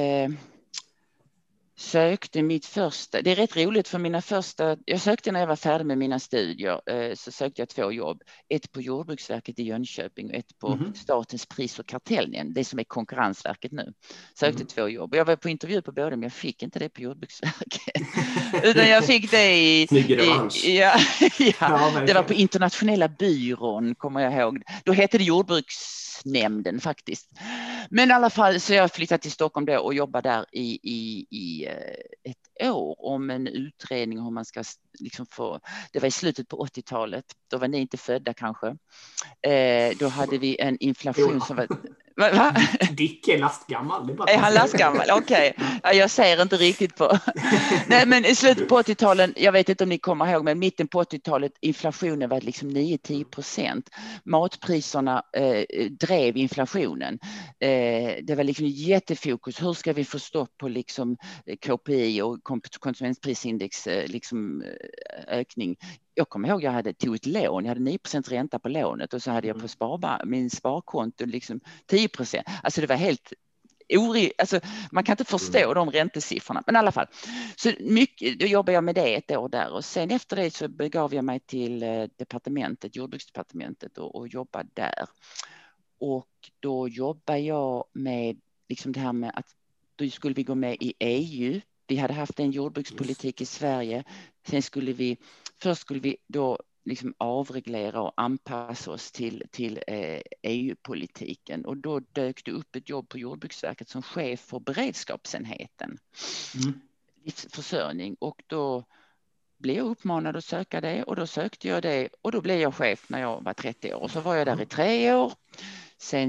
sökte mitt första, det är rätt roligt för jag sökte när jag var färdig med mina studier, så sökte jag 2 jobb. Ett på Jordbruksverket i Jönköping och ett på Statens pris- och kartellnämnd, det som är Konkurrensverket nu. Sökte 2 jobb. Jag var på intervju på båda, men jag fick inte det på Jordbruksverket. Utan jag fick det i det var på internationella byrån, kommer jag ihåg. Då hette det Jordbruksnämnden faktiskt. Men i alla fall så jag flyttade till Stockholm då och jobbade där i ett år om en utredning hur man ska liksom få, det var i slutet på 80-talet, då var ni inte födda kanske. Då hade vi en inflation som var... Va? Dick är lastgammal. Är han lastgammal? Okej. Ja, jag ser inte riktigt på... Nej, men i slutet på 80-talet, jag vet inte om ni kommer ihåg, men mitten på 80-talet, inflationen var liksom 9-10%. Matpriserna drev inflationen. Det var liksom jättefokus. Hur ska vi få stopp på liksom KPI och konsumentprisindex liksom ökning? Jag kommer ihåg jag tog ett lån, jag hade 9% ränta på lånet och så hade jag på min sparkonto liksom 10%. Alltså det var helt alltså man kan inte förstå de räntesiffrorna, men i alla fall. Så då jobbade jag med det ett år där och sen efter det så begav jag mig till Jordbruksdepartementet och jobbade där. Och då jobbade jag med liksom det här med att då skulle vi gå med i EU. Vi hade haft en jordbrukspolitik i Sverige. Sen skulle vi då liksom avreglera och anpassa oss till EU-politiken. Och då dök det upp ett jobb på Jordbruksverket som chef för beredskapsenheten. Försörjning. Och då blev jag uppmanad att söka det och då sökte jag det och då blev jag chef när jag var 30 år. Och så var jag där i 3 år. Sen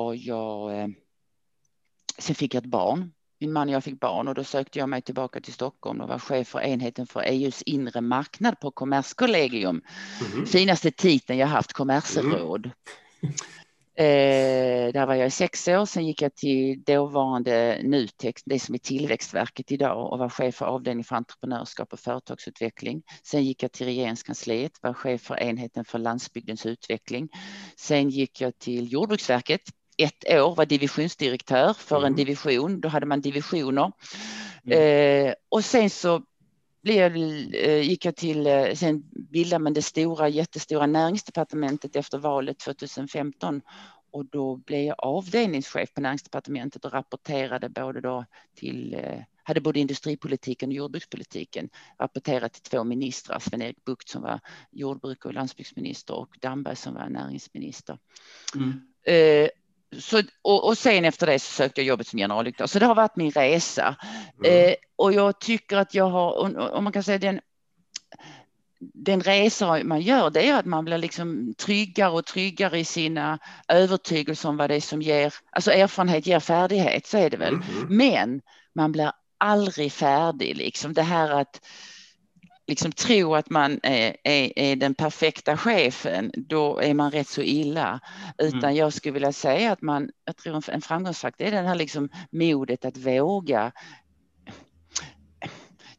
fick jag ett barn. Min man och jag fick barn och då sökte jag mig tillbaka till Stockholm och var chef för enheten för EUs inre marknad på Kommerskollegium. Finaste titeln jag haft, kommersråd. Där var jag i 6 år. Sen gick jag till dåvarande Nutek, det som är Tillväxtverket idag, och var chef för avdelning för entreprenörskap och företagsutveckling. Sen gick jag till regeringskansliet, var chef för enheten för landsbygdens utveckling. Sen gick jag till Jordbruksverket. 1 år var divisionsdirektör för en division. Då hade man divisioner. Och sen så gick jag till, sen bildade man det jättestora näringsdepartementet efter valet 2015. Och då blev jag avdelningschef på näringsdepartementet och rapporterade hade både industripolitiken och jordbrukspolitiken, rapporterat till 2 ministrar, Sven-Erik Bucht som var jordbruk- och landsbygdsminister och Damberg som var näringsminister. Och sen efter det så sökte jag jobbet som generaldirektör. Så det har varit min resa. Och jag tycker att jag har, om man kan säga den resa man gör, det är att man blir liksom tryggare och tryggare i sina övertygelser om vad det är som ger, alltså erfarenhet ger färdighet, så är det väl. Men man blir aldrig färdig liksom. Det här att liksom tro att man är den perfekta chefen, då är man rätt så illa. Utan jag skulle vilja säga att jag tror en framgångsfaktor är den här liksom modet att våga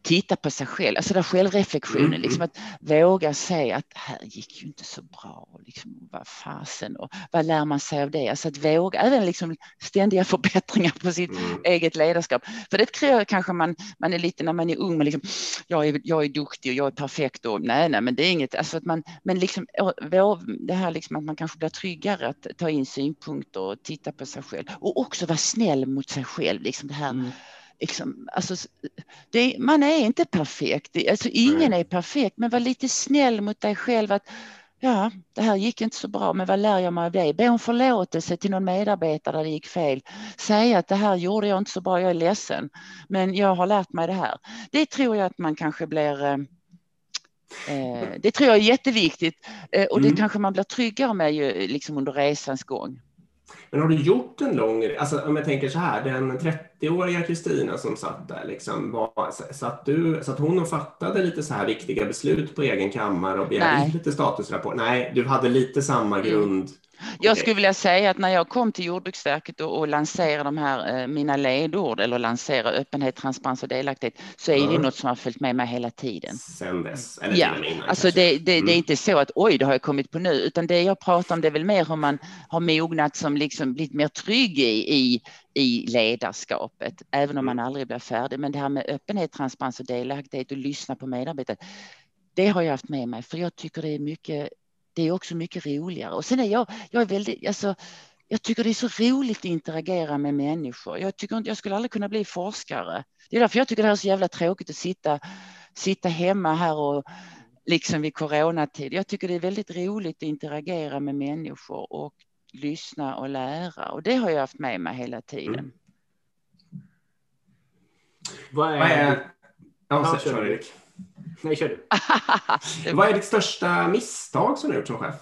titta på sig själv, alltså där självreflektionen, liksom att våga säga att här gick ju inte så bra, liksom, vad fasen, och vad lär man sig av det, alltså att våga, även liksom ständiga förbättringar på sitt eget ledarskap, för det tror jag kanske man är lite när man är ung, men liksom, jag är duktig och jag är perfekt och nej men det är inget, alltså att man, men liksom det här liksom att man kanske blir tryggare att ta in synpunkter och titta på sig själv och också vara snäll mot sig själv, liksom det här liksom, alltså, man är inte perfekt, alltså ingen är perfekt, men var lite snäll mot dig själv att ja, det här gick inte så bra, men vad lär jag mig av det? Be om förlåtelse till någon medarbetare där det gick fel. Säg att det här gjorde jag inte så bra, jag är ledsen, men jag har lärt mig det här. Det tror jag att man kanske blir, det tror jag är jätteviktigt, och det kanske man blir tryggare med ju, liksom under resans gång. Men har du gjort en lång, alltså om jag tänker så här, den 30-åriga Kristina som satt där, liksom, satt hon och fattade lite så här viktiga beslut på egen kammare och begärde lite statusrapport? Nej, du hade lite samma grund. Jag skulle vilja säga att när jag kom till Jordbruksverket och lanserade de här mina ledord, eller lansera öppenhet, transparens och delaktighet, så är det något som har följt med mig hela tiden. Sen dess, eller till och med innan, alltså det är inte så att oj, det har jag kommit på nu, utan det jag pratar om, det är väl mer hur man har mognat, som liksom blivit mer trygg i ledarskapet, även om man aldrig blir färdig. Men det här med öppenhet, transparens och delaktighet och lyssna på medarbetare, det har jag haft med mig, för jag tycker det är också mycket roligare. Och sen är jag är väldigt, alltså, jag tycker det är så roligt att interagera med människor. Jag skulle aldrig kunna bli forskare. Det är därför jag tycker det här är så jävla tråkigt att sitta hemma här och liksom vid coronatid. Jag tycker det är väldigt roligt att interagera med människor och lyssna och lära. Och det har jag haft med mig hela tiden. Vad är... Ja, kör Erik. Nej, kör du. Vad är ditt största misstag som du har gjort som chef?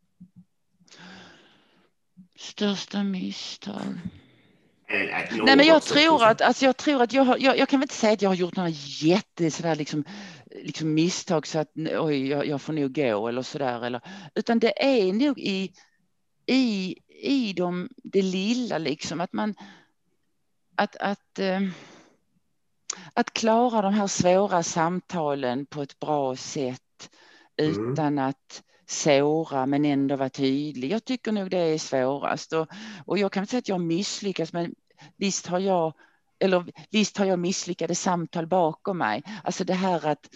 Största misstag? Nej, men jag tror att jag kan väl inte säga att jag har gjort några sådär liksom misstag så att oj, jag får nog gå eller sådär, eller, utan det är nog i det lilla, liksom att man att klara de här svåra samtalen på ett bra sätt utan att såra, men ändå vara tydlig. Jag tycker nog det är svårast, och jag kan inte säga att jag misslyckas, men visst har jag misslyckade samtal bakom mig. Alltså det här att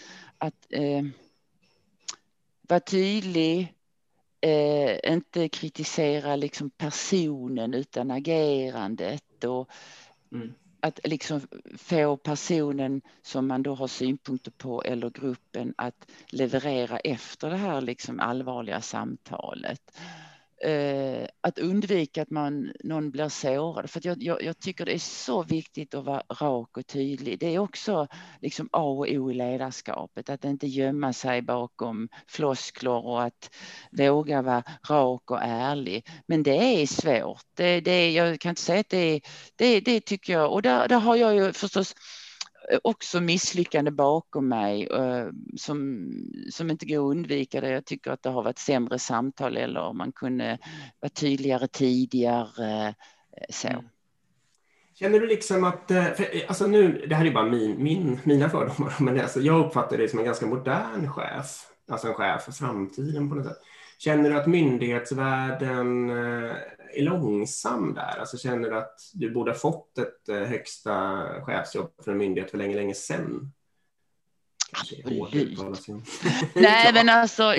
vara tydlig, inte kritisera liksom personen utan agerandet, och att liksom få personen som man då har synpunkter på eller gruppen att leverera efter det här liksom allvarliga samtalet. Att undvika att någon blir sårad. För att jag tycker det är så viktigt att vara rak och tydlig. Det är också liksom A och O i ledarskapet. Att inte gömma sig bakom floskler och att våga vara rak och ärlig. Men det är svårt. Jag kan inte säga att det tycker jag. Och där har jag ju förstås också misslyckande bakom mig som inte går att undvika. Det. Jag tycker att det har varit sämre samtal, eller man kunde vara tydligare tidigare. Så. Känner du liksom att, alltså nu, det här är bara mina fördomar, men alltså, jag uppfattar det som en ganska modern chef, alltså en chef för framtiden på något sätt. Känner du att myndighetsvärlden är långsam där? Alltså känner du att du borde ha fått ett högsta chefsjobb för en myndighet för länge sedan? Absolut. Nej, men alltså,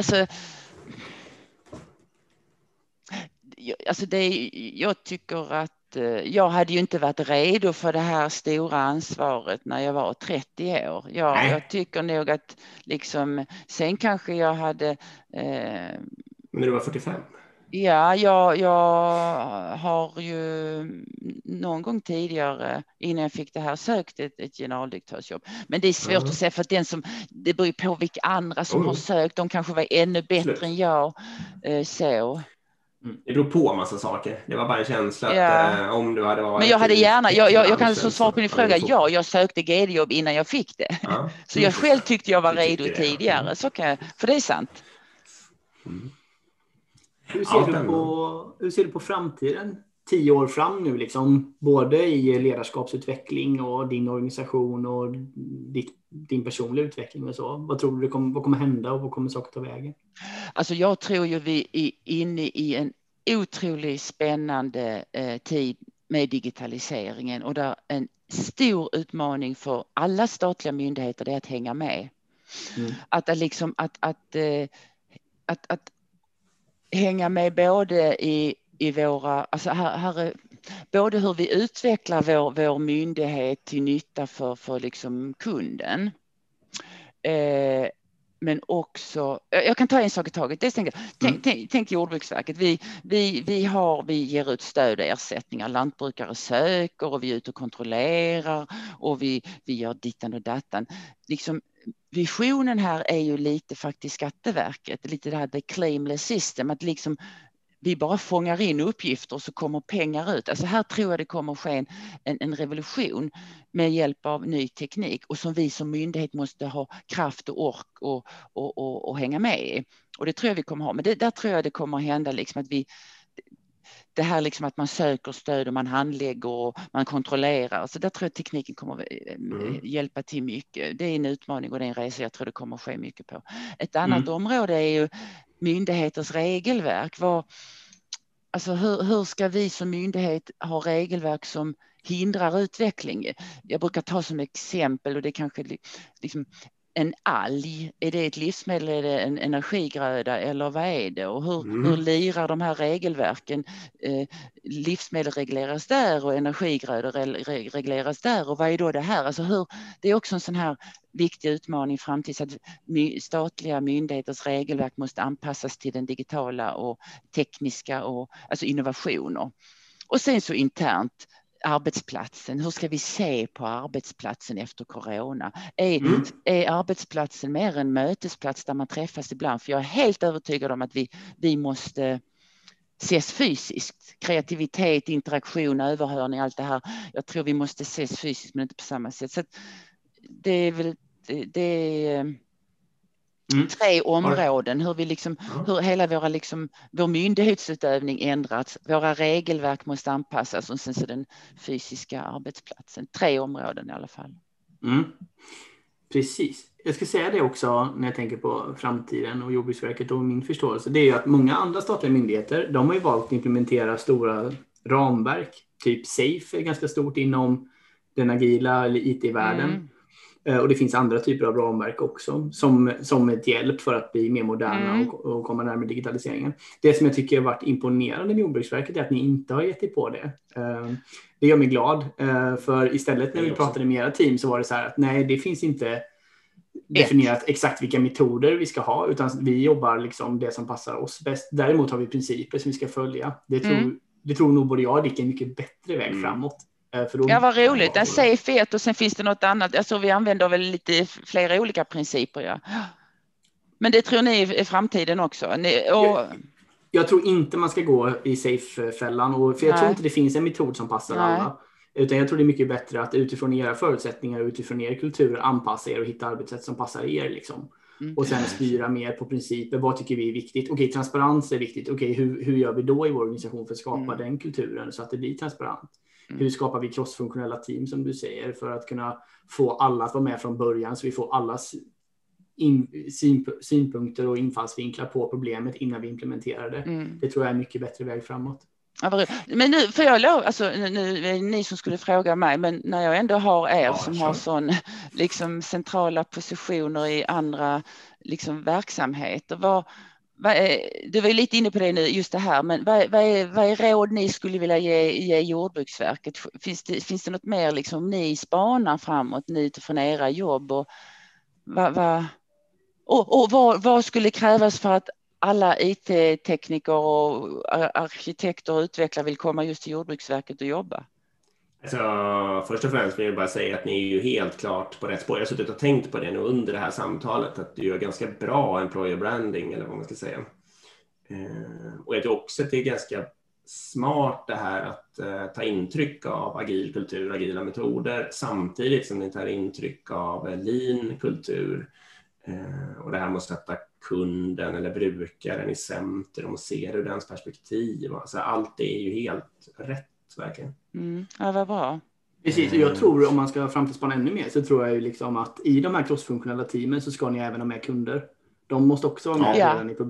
jag tycker att jag hade ju inte varit redo för det här stora ansvaret när jag var 30 år. Jag tycker nog att liksom, sen kanske jag hade... Men du var 45? Ja, jag har ju någon gång tidigare innan jag fick det här sökt ett generaldirektörsjobb. Men det är svårt att säga, för att det beror på vilka andra som har sökt. De kanske var ännu bättre än jag. Så. Det beror på en massa saker. Det var bara en känsla att om du hade varit... Men jag hade gärna, jag kan så svara på din fråga. Ja, jag sökte GD-jobb innan jag fick det. Ja. Så jag själv tyckte jag var redo tidigare. Så för det är sant. Hur ser du på framtiden 10 år fram nu liksom, både i ledarskapsutveckling och din organisation och din personliga utveckling och så. Vad tror du vad kommer hända och vad kommer saker ta vägen? Alltså jag tror ju vi är inne i en otroligt spännande tid med digitaliseringen, och där en stor utmaning för alla statliga myndigheter är att hänga med. Att hänga med både i våra, alltså här är både hur vi utvecklar vår myndighet till nytta för liksom kunden. Men också, jag kan ta en sak i taget. Tänk Jordbruksverket. Vi ger ut stöd och ersättningar. Lantbrukare söker och vi är ute och kontrollerar och vi gör dittan och dattan. Liksom, visionen här är ju lite faktiskt Skatteverket, lite det här the claimless system, att liksom vi bara fångar in uppgifter och så kommer pengar ut. Alltså här tror jag det kommer ske en revolution med hjälp av ny teknik, och som vi som myndighet måste ha kraft och ork och hänga med i. Och det tror jag vi kommer ha. Men där tror jag det kommer hända liksom att det här liksom att man söker stöd och man handlägger och man kontrollerar. Så där tror jag tekniken kommer hjälpa till mycket. Det är en utmaning och det är en resa jag tror det kommer ske mycket på. Ett annat område är ju myndigheters regelverk. Alltså hur ska vi som myndighet ha regelverk som hindrar utveckling? Jag brukar ta som exempel, och det kanske liksom en alg, är det ett livsmedel, är det en energigröda eller vad är det? Och hur lirar de här regelverken? Livsmedel regleras där och energigrödor regleras där, och vad är då det här? Alltså det är också en sån här viktig utmaning i framtiden, att statliga myndigheters regelverk måste anpassas till den digitala och tekniska och alltså innovationer. Och sen så internt, arbetsplatsen. Hur ska vi se på arbetsplatsen efter corona? Är arbetsplatsen mer en mötesplats där man träffas ibland? För jag är helt övertygad om att vi måste ses fysiskt. Kreativitet, interaktion, överhörning, allt det här. Jag tror vi måste ses fysiskt, men inte på samma sätt. Så att det är väl tre områden, hur hela vår myndighetsutövning ändrats, våra regelverk måste anpassas, och sen så den fysiska arbetsplatsen. 3 områden i alla fall. Precis. Jag ska säga det också när jag tänker på framtiden och Jordbruksverket och min förståelse. Det är ju att många andra statliga myndigheter, de har ju valt att implementera stora ramverk. Typ SAFE är ganska stort inom den agila eller IT-världen. Och det finns andra typer av ramverk också som ett hjälp för att bli mer moderna och komma närmare digitaliseringen. Det som jag tycker har varit imponerande med Jordbruksverket är att ni inte har gett er på det. Det gör mig glad. För istället när vi pratade med era team så var det så här att nej, det finns inte definierat exakt vilka metoder vi ska ha, utan vi jobbar liksom det som passar oss bäst. Däremot har vi principer som vi ska följa. Det tror nog både jag och Dick är en mycket bättre väg framåt. Ja, vad roligt. En safe ett och sen finns det något annat. Alltså vi använder väl lite flera olika principer. Ja. Men det tror ni är framtiden också? Jag tror inte man ska gå i safe-fällan. För jag tror inte det finns en metod som passar alla. Utan jag tror det är mycket bättre att utifrån era förutsättningar och utifrån er kultur anpassa er och hitta arbetssätt som passar er. Liksom. Och sen styra mer på principer. Vad tycker vi är viktigt? Okej, transparens är viktigt. Okej, hur gör vi då i vår organisation för att skapa den kulturen så att det blir transparent? Hur skapar vi crossfunktionella team som du säger för att kunna få alla att vara med från början så vi får allas synpunkter och infallsvinklar på problemet innan vi implementerar det. Det tror jag är en mycket bättre väg framåt. Men nu, för nu är det ni som skulle fråga mig, men när jag ändå har som har sån liksom centrala positioner i andra liksom verksamheter, du var ju lite inne på det nu, just det här, men vad är råd ni skulle vilja ge Jordbruksverket? Finns det något mer liksom ni spanar framåt nu från era jobb, och vad skulle krävas för att alla IT-tekniker och arkitekter och utvecklare vill komma just till Jordbruksverket och jobba? Alltså, först och främst vill jag bara säga att ni är ju helt klart på rätt spår. Jag har suttit och tänkt på det nu under det här samtalet, att du gör ganska bra employer branding, eller vad man ska säga. Och jag tror också att det är ganska smart det här att ta intryck av agil kultur, agila metoder, samtidigt som ni tar intryck av lean kultur. Och det här med att sätta kunden eller brukaren i centrum och se det ur dens perspektiv. Alltså, allt det är ju helt rätt, verkligen. Ja, vad bra. Precis, och jag tror, om man ska framtidsspana ännu mer, så tror jag ju liksom att i de här crossfunktionella teamen så ska ni även ha med kunder. De måste också vara med redan i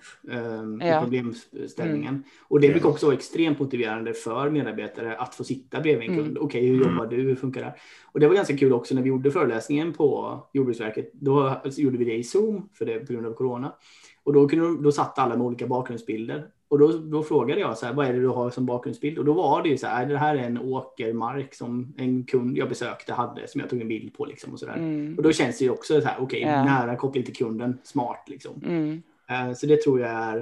problemställningen. Och det brukar också vara extremt motiverande för medarbetare att få sitta bredvid en kund. Okej, hur jobbar du? Hur funkar det? Och det var ganska kul också när vi gjorde föreläsningen på Jordbruksverket. Då gjorde vi det i Zoom, för det på grund av corona. Och då satt alla med olika bakgrundsbilder. Och då frågade jag så här, vad är det du har som bakgrundsbild? Och då var det ju så här, det här är en åkermark som en kund jag besökte hade, som jag tog en bild på liksom och sådär. Och då känns det ju också så här, nära koppling till kunden, smart liksom. Så det tror jag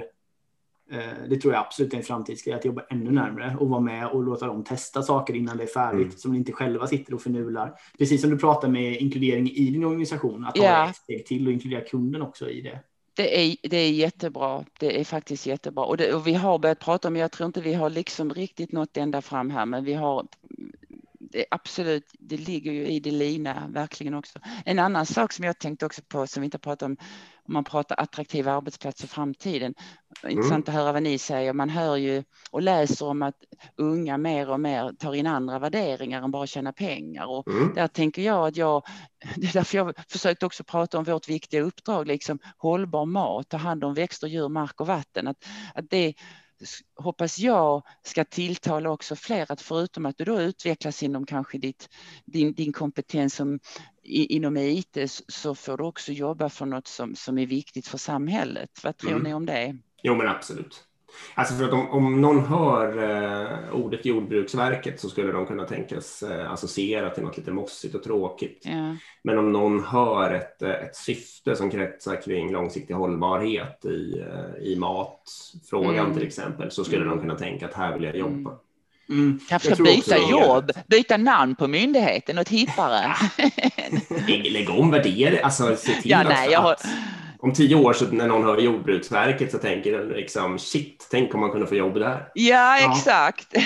absolut är en framtidsgrej, att jobba ännu närmare och vara med och låta dem testa saker innan det är färdigt, som de inte själva sitter och förnular. Precis som du pratar med inkludering i din organisation, att ta ett steg till och inkludera kunden också i det. Det är jättebra. Det är faktiskt jättebra. Och vi har börjat prata om, jag tror inte vi har liksom riktigt nått ända fram här, men vi har absolut, det ligger ju i det lina verkligen också. En annan sak som jag tänkte också på, som vi inte pratar om man pratar attraktiva arbetsplatser i framtiden. Intressant att höra vad ni säger. Man hör ju och läser om att unga mer och mer tar in andra värderingar än bara tjäna pengar. Och där tänker jag att det är därför jag försökt också prata om vårt viktiga uppdrag, liksom hållbar mat, ta hand om växter, djur, mark och vatten. Att det hoppas jag ska tilltala också fler, att förutom att du då utvecklas inom kanske din kompetens inom IT, så får du också jobba för något som är viktigt för samhället. Vad tror ni om det? Jo, men absolut. Alltså för att om någon hör ordet Jordbruksverket så skulle de kunna tänkas associera till något lite mossigt och tråkigt. Ja. Men om någon hör ett syfte som kretsar kring långsiktig hållbarhet i matfrågan till exempel, så skulle de kunna tänka att här vill jag jobba. Kanske byta jobb, byta namn på myndigheten och hippare. Lägg om värdering, alltså se till att om 10 år så när någon hör Jordbruksverket så tänker den liksom, shit, tänk om man kunde få jobb där. Ja, exakt.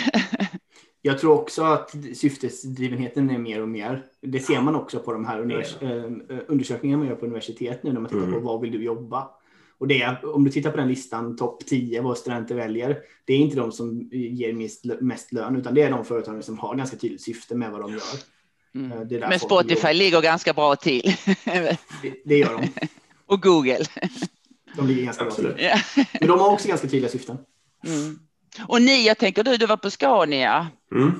Jag tror också att syftesdrivenheten är mer och mer. Det ser man också på de här undersökningarna man gör på universitet nu när man tittar på vad vill du jobba. Och det är, om du tittar på den listan, topp 10 vad studenter väljer, det är inte de som ger mest lön, utan det är de företag som har ganska tydligt syfte med vad de gör. Men Spotify ligger ganska bra till. Det gör de. Och Google. De ligger ganska bra till. Men de har också ganska tydliga syften. Och jag tänker du var på Scania.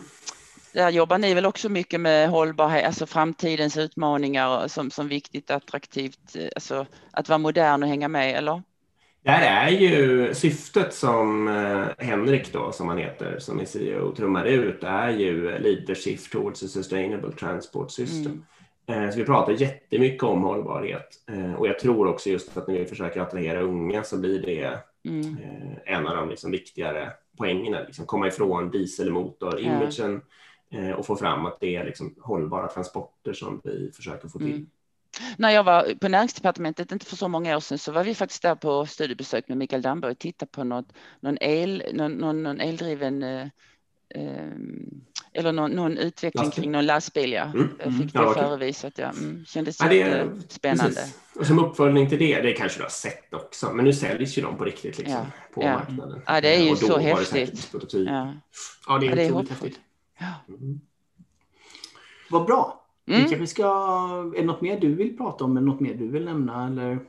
Där jobbar ni väl också mycket med hållbarhet, alltså framtidens utmaningar som viktigt, attraktivt, alltså att vara modern och hänga med, eller? Där är ju syftet som Henrik då, som han heter, som är CEO, trummar ut, är ju leadership towards a sustainable transport system. Så vi pratar jättemycket om hållbarhet. Och jag tror också just att när vi försöker attrahera unga så blir det en av de liksom viktigare poängerna. Liksom komma ifrån dieselmotor-imagen och få fram att det är liksom hållbara transporter som vi försöker få till. När jag var på Näringsdepartementet, inte för så många år sedan, så var vi faktiskt där på studiebesök med Mikael Damberg och tittade på någon eldriven eller någon utveckling lastbil kring någon lastbil. Jag fick det förevisat. Kändes spännande. Precis. Och som uppföljning till det kanske du har sett också, men nu säljs ju de på riktigt liksom, på marknaden. Ja, det är ju så häftigt. Ja, det är otroligt häftigt. Vad bra. Vi kanske ska, är det något mer du vill prata om eller något mer du vill nämna? Eller?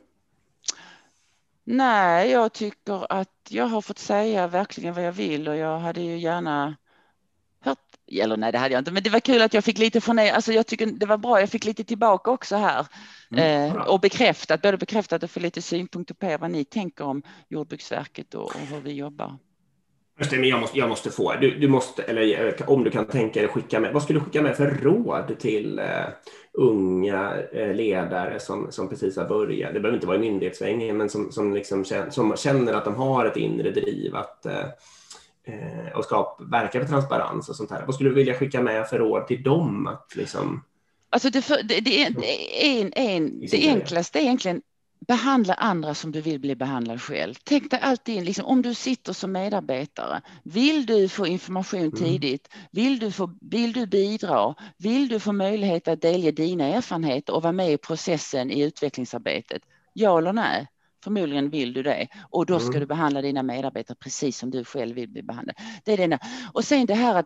Nej, jag tycker att jag har fått säga verkligen vad jag vill, och jag hade ju gärna hört, eller nej det hade jag inte, men det var kul att jag fick lite från er, alltså jag tycker det var bra, jag fick lite tillbaka också här och både bekräftat och få lite synpunkter på vad ni tänker om Jordbruksverket och hur vi jobbar. Just det, men jag måste få, du måste, eller om du kan tänka dig skicka med, vad skulle du skicka med för råd till unga ledare som precis har börjat? Det behöver inte vara i myndighetssvängen, men som känner att de har ett inre driv och ska verka för transparens och sånt här. Vad skulle du vilja skicka med för råd till dem? Att liksom... Alltså det enklaste är egentligen behandla andra som du vill bli behandlad själv. Tänk dig alltid in, liksom, om du sitter som medarbetare, vill du få information tidigt, vill du bidra, vill du få möjlighet att delge dina erfarenheter och vara med i processen i utvecklingsarbetet? Ja eller nej? Förmodligen vill du det. Och då ska du behandla dina medarbetare precis som du själv vill bli behandlad. Det är det ena. Och sen det här att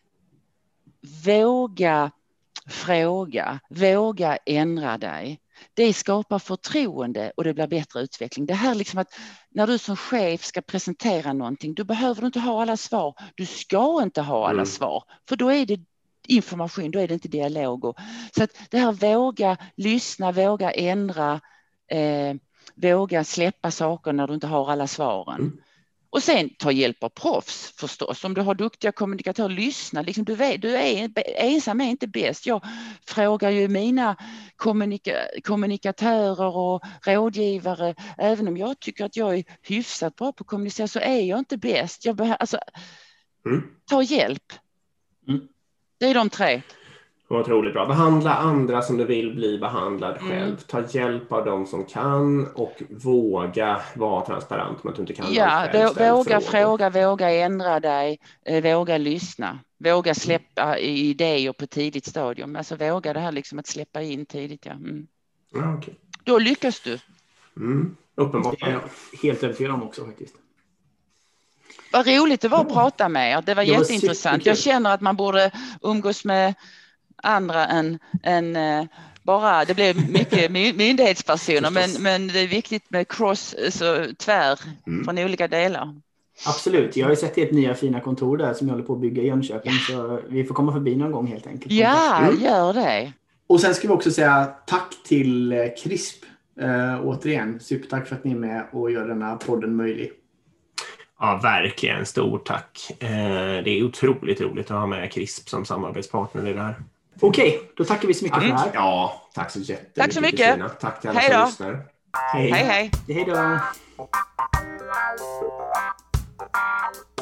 våga fråga, våga ändra dig. Det skapar förtroende och det blir bättre utveckling. Det här liksom att när du som chef ska presentera någonting, då behöver du inte ha alla svar. Du ska inte ha alla svar, för då är det information, då är det inte dialog. Så att det här våga lyssna, våga ändra, våga släppa saker när du inte har alla svaren. Och sen ta hjälp av proffs förstås. Om du har duktiga kommunikatörer, lyssna. Liksom, du är ensam är inte bäst. Jag frågar ju mina kommunikatörer och rådgivare. Även om jag tycker att jag är hyfsat bra på att kommunicera så är jag inte bäst. Ta hjälp. Det är de 3. Otroligt bra. Behandla andra som du vill bli behandlad själv. Ta hjälp av dem som kan och våga vara transparent med att du inte kan. Våga fråga, våga ändra dig, våga lyssna, våga släppa idéer på tidigt stadium. Alltså våga det här liksom att släppa in tidigt. Okay. Då lyckas du. Uppenbart. Det är jag helt övertygad om också faktiskt. Vad roligt det var att prata med er. Det var jätteintressant. Jag känner att man borde umgås med andra än bara, det blev mycket myndighetspersoner, men det är viktigt med tvär från olika delar. Absolut, jag har ju sett ert nya fina kontor där som jag håller på att bygga i Jönköping, så vi får komma förbi någon gång helt enkelt. Ja, gör det. Och sen ska vi också säga tack till CRISP. Återigen, supertack för att ni är med och gör denna podden möjlig. Ja, verkligen. Stort tack. Det är otroligt roligt att ha med CRISP som samarbetspartner i det här. Okej, då tackar vi så mycket för det här. Ja, tack så jättemycket. Tack så mycket. Kristina. Tack till alla som lyssnar. Hej. Hej då.